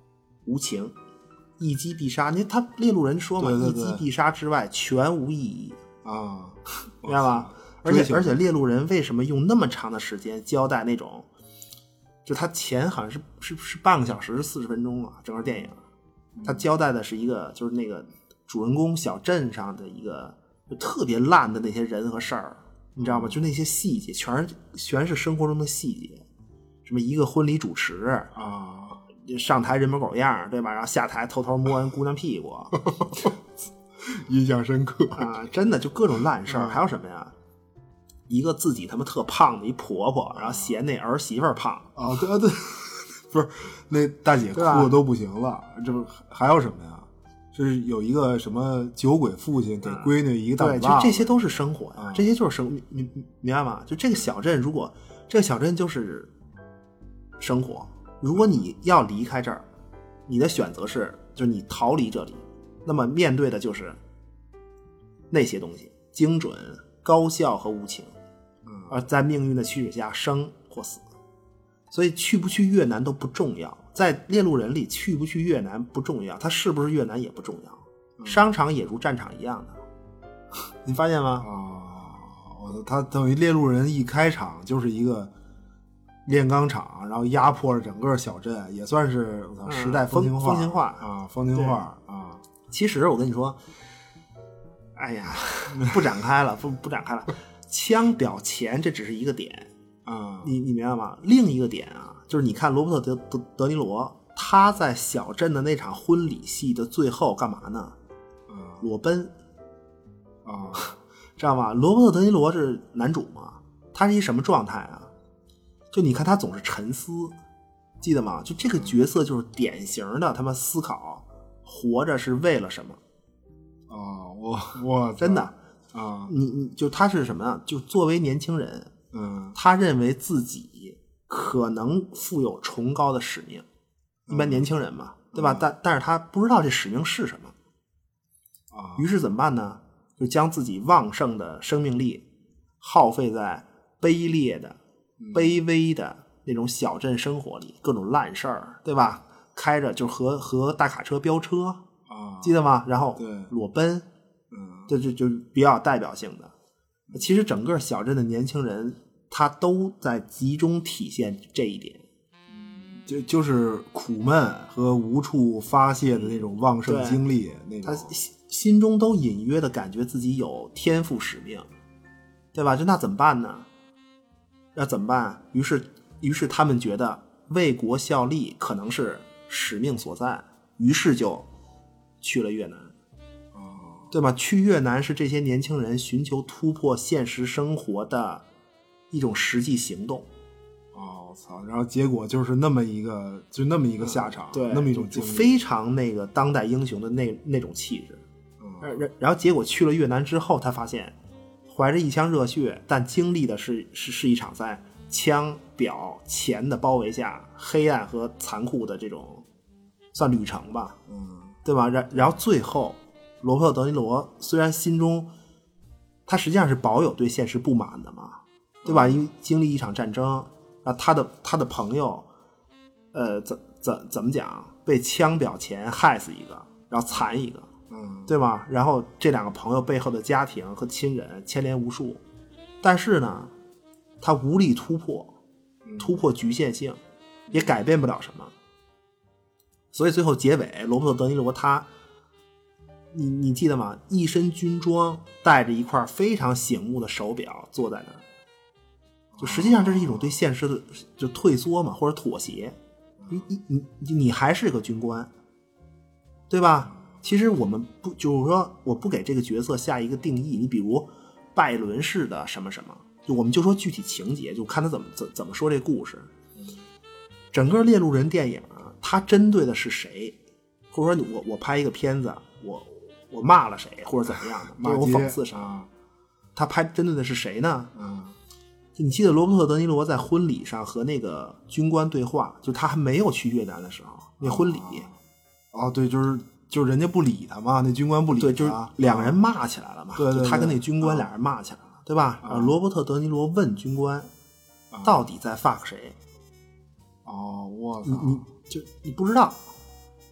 无情，一击必杀。你他猎鹿人说嘛， 对对对一击必杀之外全无意义啊， 明白吧？而且而且猎鹿人为什么用那么长的时间交代那种，就他前好像是是是半个小时四十分钟啊，整个电影他交代的是一个就是那个主人公小镇上的一个就特别烂的那些人和事儿，你知道吗？就那些细节全是全是生活中的细节，什么一个婚礼主持啊， 上台人模狗样，对吧？然后下台偷偷摸人姑娘屁股， 印象深刻啊！真的就各种烂事儿、嗯。还有什么呀？一个自己他妈特胖的一婆婆，然后嫌那儿媳妇胖啊！对对，不是那大姐哭的都不行了，这不还有什么呀？就是有一个什么酒鬼父亲给闺女一个大嘴巴、 嗯、对，这些都是生活呀、 嗯， 这些就是生，你明白吗？就这个小镇，如果这个小镇就是生活，如果你要离开这儿，你的选择是就是你逃离这里，那么面对的就是那些东西，精准、高效和无情，而在命运的驱使下生或死。所以去不去越南都不重要，在猎鹿人里去不去越南不重要，它是不是越南也不重要，商场也如战场一样的，你发现吗？ 啊，他等于猎鹿人一开场就是一个炼钢厂，然后压迫着整个小镇，也算是时代风情化、 嗯、风情化啊，风情化啊。 其实我跟你说，哎呀，不展开了，不不展开了。枪表钱这只是一个点啊， 你你明白吗？另一个点啊，就是你看罗伯特德德德尼罗，他在小镇的那场婚礼戏的最后干嘛呢？ 啊， 裸奔啊， 知道吗？罗伯特德尼罗是男主嘛，他是一什么状态啊？就你看他总是沉思，记得吗？就这个角色就是典型的他妈思考活着是为了什么啊！我我真的啊， 你你就他是什么呀？就作为年轻人， 嗯， 他认为自己可能负有崇高的使命，一般年轻人嘛，对吧？ 嗯、 但但是他不知道这使命是什么啊， 于是怎么办呢？就将自己旺盛的生命力耗费在卑劣的、卑微的那种小镇生活里，各种烂事儿，对吧？开着就和和大卡车飙车啊， 记得吗？然后对裸奔， 嗯， 这就就比较代表性的。其实整个小镇的年轻人，他都在集中体现这一点， 就就是苦闷和无处发泄的那种旺盛精力，那种他心中都隐约的感觉自己有天赋使命，对吧？就那怎么办呢？要怎么办？于是，于是他们觉得为国效力可能是使命所在，于是就去了越南。对吧？去越南是这些年轻人寻求突破现实生活的一种实际行动。 哦，我操！然后结果就是那么一个，就那么一个下场， 嗯、对， 那么一种就非常那个当代英雄的那那种气质。嗯，然然后结果去了越南之后，他发现怀着一腔热血，但经历的是是是一场在枪表钱的包围下黑暗和残酷的这种算旅程吧。 嗯， 对吧？然然后最后。罗伯特·德尼罗虽然心中他实际上是保有对现实不满的嘛，对吧？因为经历一场战争，啊，他的他的朋友，呃，怎怎怎么讲，被枪表前害死一个，然后残一个， 嗯， 对吧？然后这两个朋友背后的家庭和亲人牵连无数，但是呢，他无力突破，突破局限性，也改变不了什么，所以最后结尾，罗伯特·德尼罗他。你你记得吗？一身军装，带着一块非常醒目的手表，坐在那儿。就实际上这是一种对现实的就退缩嘛，或者妥协。你你你你还是个军官，对吧？其实我们不就是说，我不给这个角色下一个定义。你比如拜伦式的什么什么，就我们就说具体情节，就看他怎么怎怎么说这故事。整个猎鹿人电影啊，它针对的是谁？或者说我我拍一个片子，我。我骂了谁或者怎么样的， 骂我讽刺谁、 啊、 他拍针对的是谁呢？ 嗯， 你记得罗伯特·德尼罗在婚礼上和那个军官对话，就他还没有去越南的时候，那婚礼哦，对，就是就是人家不理他嘛，那军官不理他， 对，就是两个人骂起来了嘛， 对对对， 他跟那军官俩人骂起来了， 啊、 对吧？啊，罗伯特·德尼罗问军官、啊、到底在 fuck 谁？ 哦，我操， 你你就你不知道。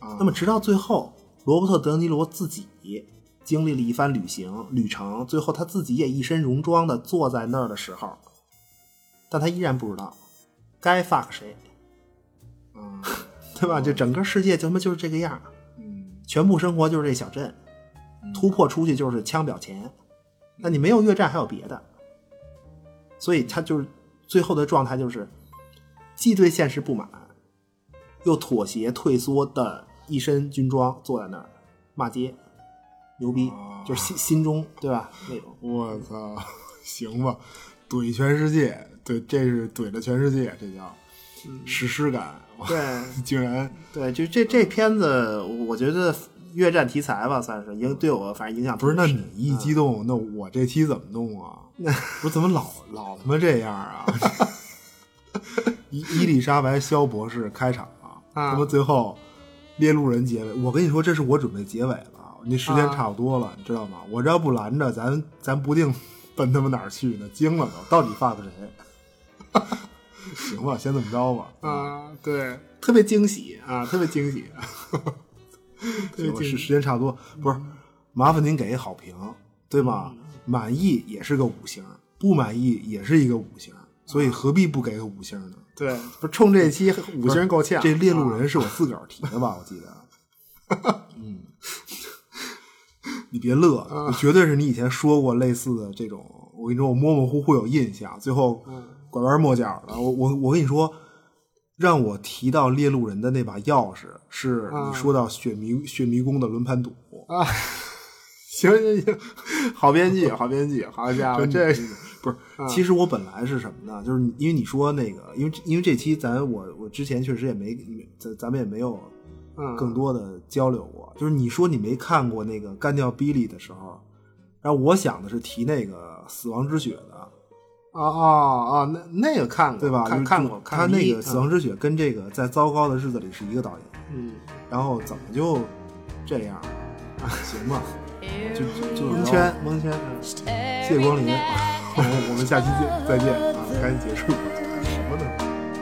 啊、那么直到最后，罗伯特·德尼罗自己经历了一番旅行旅程，最后他自己也一身戎装的坐在那儿的时候，但他依然不知道该 fuck 谁， 嗯， 对吧？就整个世界就他妈就是这个样， 嗯， 全部生活就是这小镇，突破出去就是枪表钱，那你没有越战还有别的，所以他就是最后的状态就是既对现实不满，又妥协退缩的一身军装坐在那儿骂街牛逼，就是心心中对吧那种。 我操，行吧，怼全世界，对，这是怼了全世界，这叫史诗感。 对， 竟然对，就这这片子，我觉得越战题材吧，算是影对我反正影响不是。那你一激动，嗯、那我这期怎么弄啊？不是怎么老老他妈这样啊？伊伊丽莎白肖博士开场啊，他妈最后猎鹿人结尾。我跟你说，这是我准备结尾了。那时间差不多了，啊、你知道吗？我这要不拦着，咱咱不定奔他妈哪儿去呢，惊了都，到底 fuck 谁？行吧，先这么着吧。 啊，对，特别惊喜啊，特别惊喜。 行吧，时时间差不多，不是，麻烦您给好评，对吧？嗯、满意也是个五星，不满意也是一个五星，所以何必不给个五星呢？ 对，不是冲这期五星够呛。 这猎鹿人是我自个儿提的吧？我记得。嗯。你别乐，啊、绝对是你以前说过类似的这种，我跟你说，我模模糊糊有印象，最后拐弯抹角的。我我我跟你说，让我提到猎鹿人的那把钥匙，是你说到雪迷、啊、雪迷宫的轮盘赌啊。行行行，好编剧，好编剧，好家伙，这不是、啊。其实我本来是什么呢？就是因为你说那个，因为因为这期咱我我之前确实也没咱咱们也没有。更多的交流过，就是你说你没看过那个干掉比利的时候，然后我想的是提那个死亡之雪的。 哦哦哦，那那个看过对吧？ 看看过， 他那个死亡之雪跟这个在糟糕的日子里是一个导演。 嗯， 然后怎么就这样？啊、行吧，就就蒙圈蒙圈。 谢谢光临，我我们下期见，再见啊！赶紧结束，什么呢？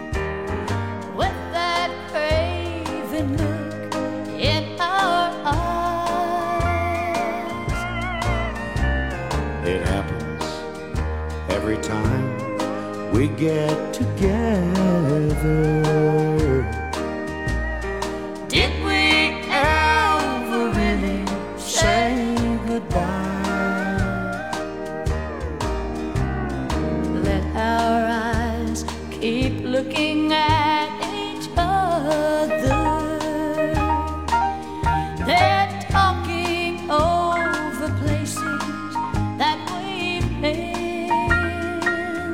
It happens every time we get together. Did we ever really say goodbye? Let our eyes keep looking at each other. They're talking over places that we've been.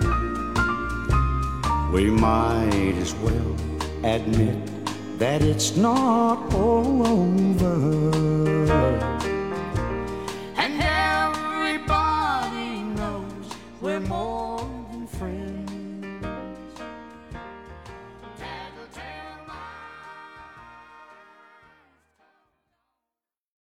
We might as well admit that it's not all over. And everybody knows we're more